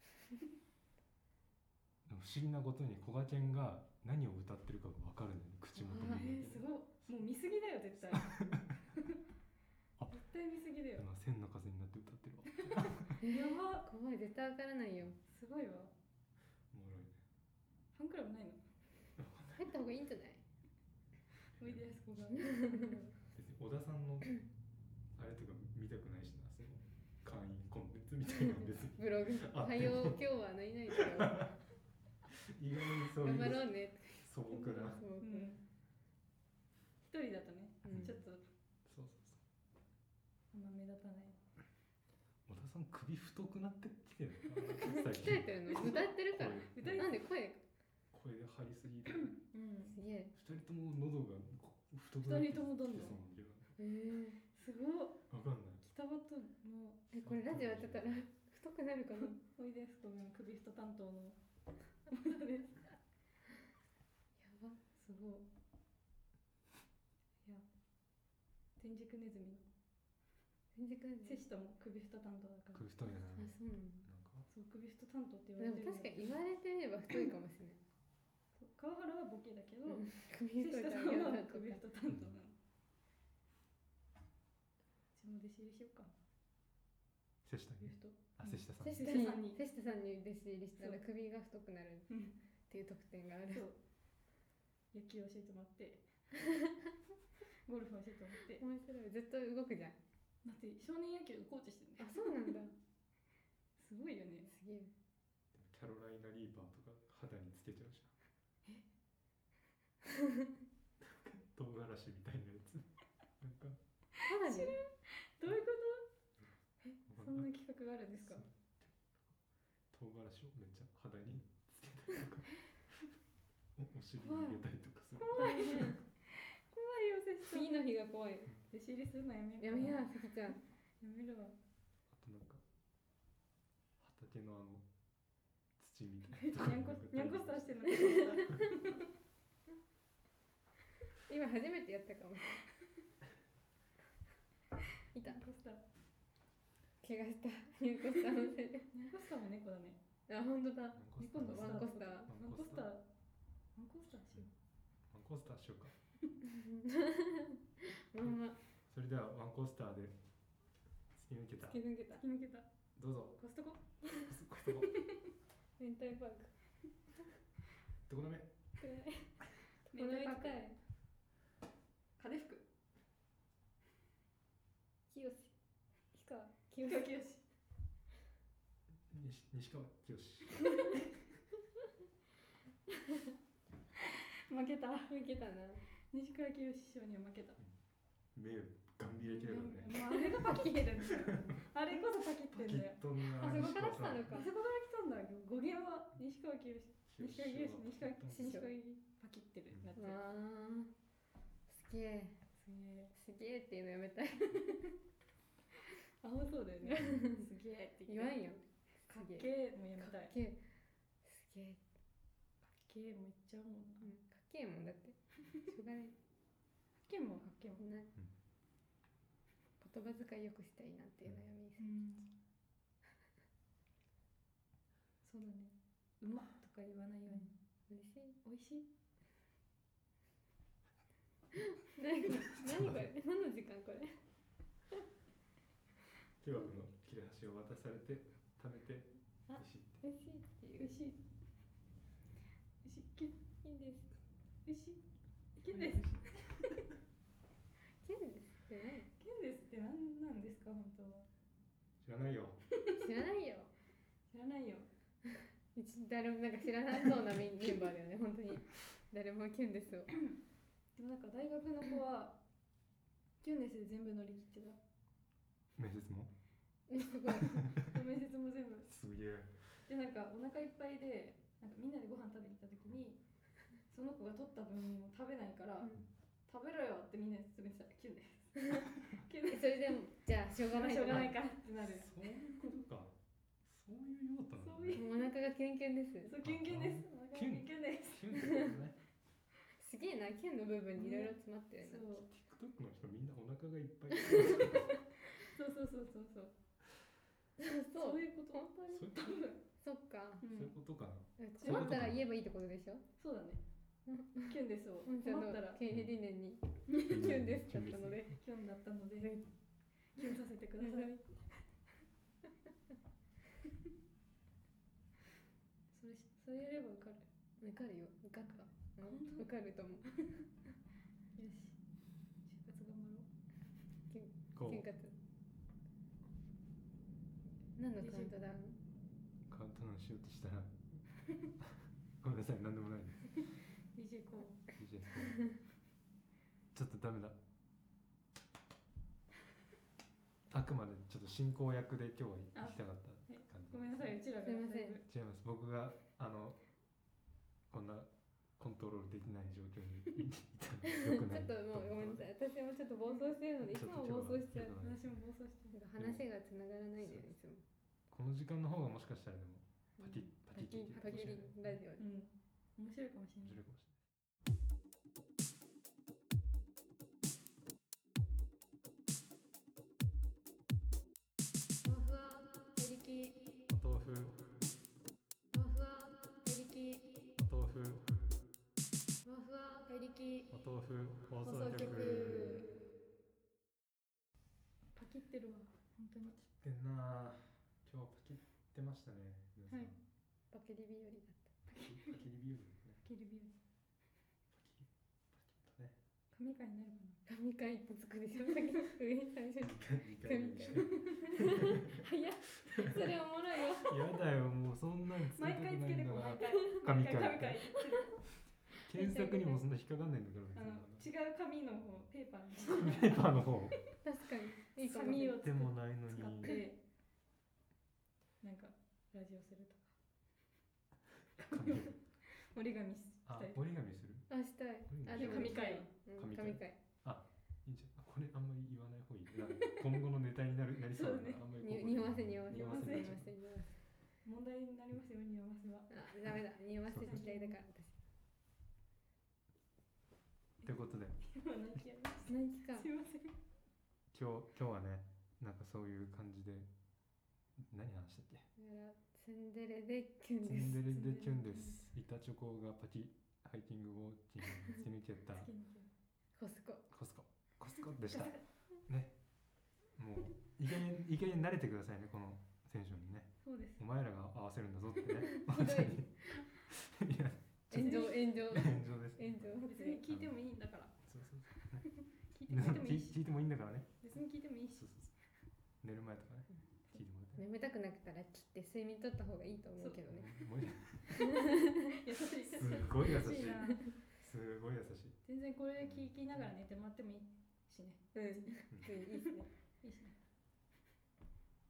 Speaker 1: でも不思議なことにこがけんが何を歌ってるかが分かるのよ、口元に。
Speaker 2: すごい。もう見すぎだよ絶対。絶対見すぎだよ。
Speaker 1: 今千の風になって歌ってる
Speaker 2: わ。やば。
Speaker 3: 怖い、絶対わからないよ。
Speaker 2: すごいわ。
Speaker 1: おもろいね。
Speaker 2: ファンクラブないの？
Speaker 3: 入った方がいいんじゃない？
Speaker 2: おいでやすこが。
Speaker 1: 別に小田さんのあれとか見たくないしな、その会員コンテンツみたいなんです。
Speaker 3: ブログ。おはよう、今日は何々だよ。
Speaker 1: 意外にそういう。
Speaker 3: 頑張ろうね。
Speaker 1: 素朴な。
Speaker 2: 一人だとね、ちょっと。
Speaker 1: そう。
Speaker 2: あんま目立たない。
Speaker 1: 小田さん首太くなってきてるのかな。
Speaker 3: 鍛えてるの？歌ってるから。なんで声
Speaker 1: で張りすぎて。
Speaker 3: すげえ。
Speaker 1: 二人とも喉が太くなってきてそうなんだけど。
Speaker 2: すごい。
Speaker 1: わかんない。
Speaker 2: 北場とも
Speaker 3: これラジオやってたら太くなるかな。
Speaker 2: おいでやすこが首太担当の。やば。すごい。いや。天竺ネズミの。セシタも首太担当だから。
Speaker 1: 首太いな。
Speaker 3: あ、そうなの。
Speaker 2: そう首太担当って言われてる。
Speaker 3: でも確かに言われてみれば太いかもしれない。
Speaker 2: 川原はボケだけど、
Speaker 3: 首太い
Speaker 2: さんは首太担当なの。うちも弟子入りしようか。
Speaker 1: セシタに。セシタさん。
Speaker 3: セシタさんに弟子入りしたら首が太くなるっていう特典がある。野球教えてもらって、ゴルフ教えてもらって。面白い。ずっと動くじゃん。
Speaker 2: だって少年野球コーチしてるね。
Speaker 3: あ、そうなんだ。
Speaker 2: すごいよね。
Speaker 3: すげえ。
Speaker 1: キャロライナリーパーとか肌につけちゃうじゃん。唐辛子みたいなやつ。なんか。
Speaker 3: 肌に？
Speaker 2: どういうこと？そんな企画があるんですか？
Speaker 1: 唐辛子をめっちゃ肌につけたりとか、お尻に入れたりとかする。
Speaker 2: 怖いね。怖いよ、セシタ。
Speaker 3: 次の日が怖い。
Speaker 2: 弟子入りするのやめよう。
Speaker 3: やめや、セシちゃん。
Speaker 2: やめるわ。
Speaker 1: あとなんか畑の土みたいな。
Speaker 2: にゃんこスターしてるの。
Speaker 3: 今初めてやったかも。いた。怪我した。ニャンコスターのせいで。
Speaker 2: ニャンコスターも猫だね。
Speaker 3: あ、本当だ。
Speaker 2: 猫の
Speaker 3: ワンコスター。
Speaker 2: ワンコスターしよう。
Speaker 1: ワンコスターしようか。
Speaker 3: まんま。
Speaker 1: それではワンコスターで突き抜けた。どうぞ。
Speaker 2: コストコ。
Speaker 3: 明太パーク。
Speaker 1: どこだめ。
Speaker 3: 明太パーク。
Speaker 2: 金服。
Speaker 3: 清志。
Speaker 2: 清志。
Speaker 1: 西川きよし。
Speaker 2: 負けたな。西川きよし師匠には負けた。
Speaker 1: 目がんびれてるよね。
Speaker 2: あれがパッキリだね。 あれこそパキってんだよ。
Speaker 1: とんな。
Speaker 3: あそこから来たのか。
Speaker 2: あそこから来たんだ。語源は西川きよし。西川きよし。西川きよし。パキってる。なってる。
Speaker 3: すげえ。すげえっていうのやめたい。
Speaker 2: あ、そうだよね。すげえって
Speaker 3: 言わんよ。
Speaker 2: かっけーもやめたい。
Speaker 3: かっけー。すげえ。
Speaker 2: かっけーめっちゃもん。
Speaker 3: かっけえもんだって。しょうがない。
Speaker 2: かっけーもんかっけーもん。
Speaker 3: 言葉遣いよくしたいなっていう悩みです。
Speaker 2: そうだね。うまとか言わないように。
Speaker 3: 美味しい。
Speaker 2: 美味しい。
Speaker 3: 何これ？何の時間これ？
Speaker 1: ケバブの切れ端を渡されて食べて美味しいって。
Speaker 3: 美味しいっていう。
Speaker 2: 美味しい。美味しい。キュン。
Speaker 3: いいです。
Speaker 2: 美味しい。キュンです。
Speaker 3: キュンですって何？
Speaker 2: キュンですって何なんですか本当は。
Speaker 1: 知らないよ。
Speaker 3: 知らないよ。
Speaker 2: 知らないよ。
Speaker 3: 誰もなんか知らなそうなメンバーだよね本当に。誰もキュンですを。
Speaker 2: でもなんか大学の子はキュンですで全部乗り切ってた。
Speaker 1: 面接も？
Speaker 3: すごい。
Speaker 2: 面接も全部。
Speaker 1: すげえ。
Speaker 2: でなんかお腹いっぱいでなんかみんなでご飯食べに行った時にその子が取った分を食べないから、食べろよってみんなに勧めてたらキュンです。キュンです。
Speaker 3: それでもじゃあしょうがない
Speaker 2: しょうがないかってなる。
Speaker 1: そういうことか。そういう用途なの
Speaker 2: そういう。
Speaker 3: お腹がキュンキュンです。
Speaker 2: そうキュンキュンです。お腹がキュンキュンです。
Speaker 1: キュンってことね。
Speaker 3: すげえな、キュンの部分にいろいろ詰まってるな。
Speaker 2: そう。
Speaker 1: TikTok の人みんなお腹がいっぱい。
Speaker 2: そうそうそうそうそう。そういうこと。本当に。
Speaker 3: そっか。
Speaker 1: そういうことかな。
Speaker 3: 困ったら言えばいいってことでしょ。
Speaker 2: そうだね。キュンですを。困ったら
Speaker 3: 経営理念にキュンですだったので。
Speaker 2: キュンだったので。キュンさせてください。それやれば受かる。
Speaker 3: 受かるよ。受かった。受かると思う。よ
Speaker 2: し。就活頑張ろ
Speaker 3: う。就活。何のカウントダウン？
Speaker 1: カウントダウンしようとしたらごめんなさい、何でもないです。
Speaker 2: DJ コー。
Speaker 1: DJ コー。ちょっとダメだ。あくまでちょっと進行役で今日は行きたかった感じ。
Speaker 2: ごめんなさい、うちらが。
Speaker 3: すいません。
Speaker 1: 違います。僕がこんなコントロールできない状況にいたらよくない。
Speaker 3: ちょっともうごめんなさい。私もちょっと暴走してるので、いつも暴走しちゃう。
Speaker 2: 私も暴走しちゃう。
Speaker 3: 話がつながらないのよ、いつも。
Speaker 1: この時間の方がもしかしたらでもパキリ
Speaker 3: ラジオ。
Speaker 2: 面白いかもしれない。
Speaker 1: 面白いかもしれない。
Speaker 2: ふわふわペリキ。
Speaker 1: お豆腐。
Speaker 2: ふわふわペリキ。
Speaker 1: お豆腐。
Speaker 2: ふわふわペリキ。
Speaker 1: お豆腐放送局。
Speaker 2: パキってるわ、本当に。
Speaker 1: パキってんな。今日パキってましたね。
Speaker 2: はい。
Speaker 3: パキリ日和だった。
Speaker 1: パキリ日和ですね。
Speaker 2: パキリ日和。
Speaker 1: パキッとね。
Speaker 2: 神回になるかな。
Speaker 3: 神回ってつくでしょ。上に最初に。
Speaker 1: 神回。
Speaker 3: 早っ。それおもろいよ。
Speaker 1: やだよ、もうそんなんつけたくないんだから。
Speaker 2: 神回。
Speaker 1: 検索にもそんな引っかかんないんだから。
Speaker 2: 違う紙の方、ペーパ
Speaker 1: ーの方。
Speaker 3: 確かに。いいかも。
Speaker 2: 紙を
Speaker 1: でもないのに。
Speaker 2: 使ってなんかラジオするとか。折り紙したい。
Speaker 1: 折り紙する？
Speaker 3: したい。
Speaker 2: で神回。
Speaker 3: 神回。
Speaker 1: いいじゃん。これあんまり言わない方がいい。今後のネタになりそうだな。あんまり。
Speaker 3: 匂わせ。
Speaker 2: 問題になりますよ、匂わせは。
Speaker 3: ダメだ。匂わせ嫌いだから私。
Speaker 1: ということで。
Speaker 3: ナイキか。
Speaker 2: すいません。
Speaker 1: 今日はね、なんかそういう感じで何話したっけ？
Speaker 3: ツンデレでキュンです。
Speaker 1: ツンデレでキュンです。板チョコがパキハイキングウォッチに突き抜けた
Speaker 3: コスコ
Speaker 1: でしたね。もう意外に慣れてくださいね、このテンションにね。
Speaker 2: そうです。
Speaker 1: お前らが合わせるんだぞってね。
Speaker 3: ひどい。炎上
Speaker 1: です。
Speaker 2: 別に聞いてもいいんだから。
Speaker 1: そう
Speaker 2: 聞いてもいいし。
Speaker 1: 聞いてもいいんだからね。
Speaker 2: 別に聞いてもいいし。
Speaker 1: 寝る前とかね。聞いてもらって。
Speaker 3: 眠たくなったら切って睡眠取った方がいいと思うけどね。
Speaker 2: 優しい。
Speaker 1: すごい優しい。すごい優しい。
Speaker 2: 全然これ聞きながら寝てもらってもいいしね。
Speaker 3: いいですね。
Speaker 2: いいしね。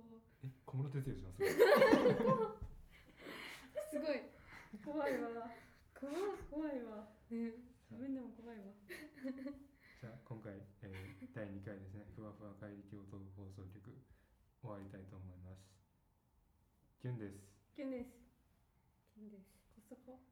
Speaker 1: 小室哲哉じゃんそれ
Speaker 3: すごい
Speaker 2: 怖いわ怖いわ、自分でも怖いわ
Speaker 1: じゃあ今回、第2回ですねふわふわ怪力を問う放送局終わりたいと思います。キュンです。
Speaker 2: キュンです。
Speaker 3: 金です。
Speaker 2: コストコ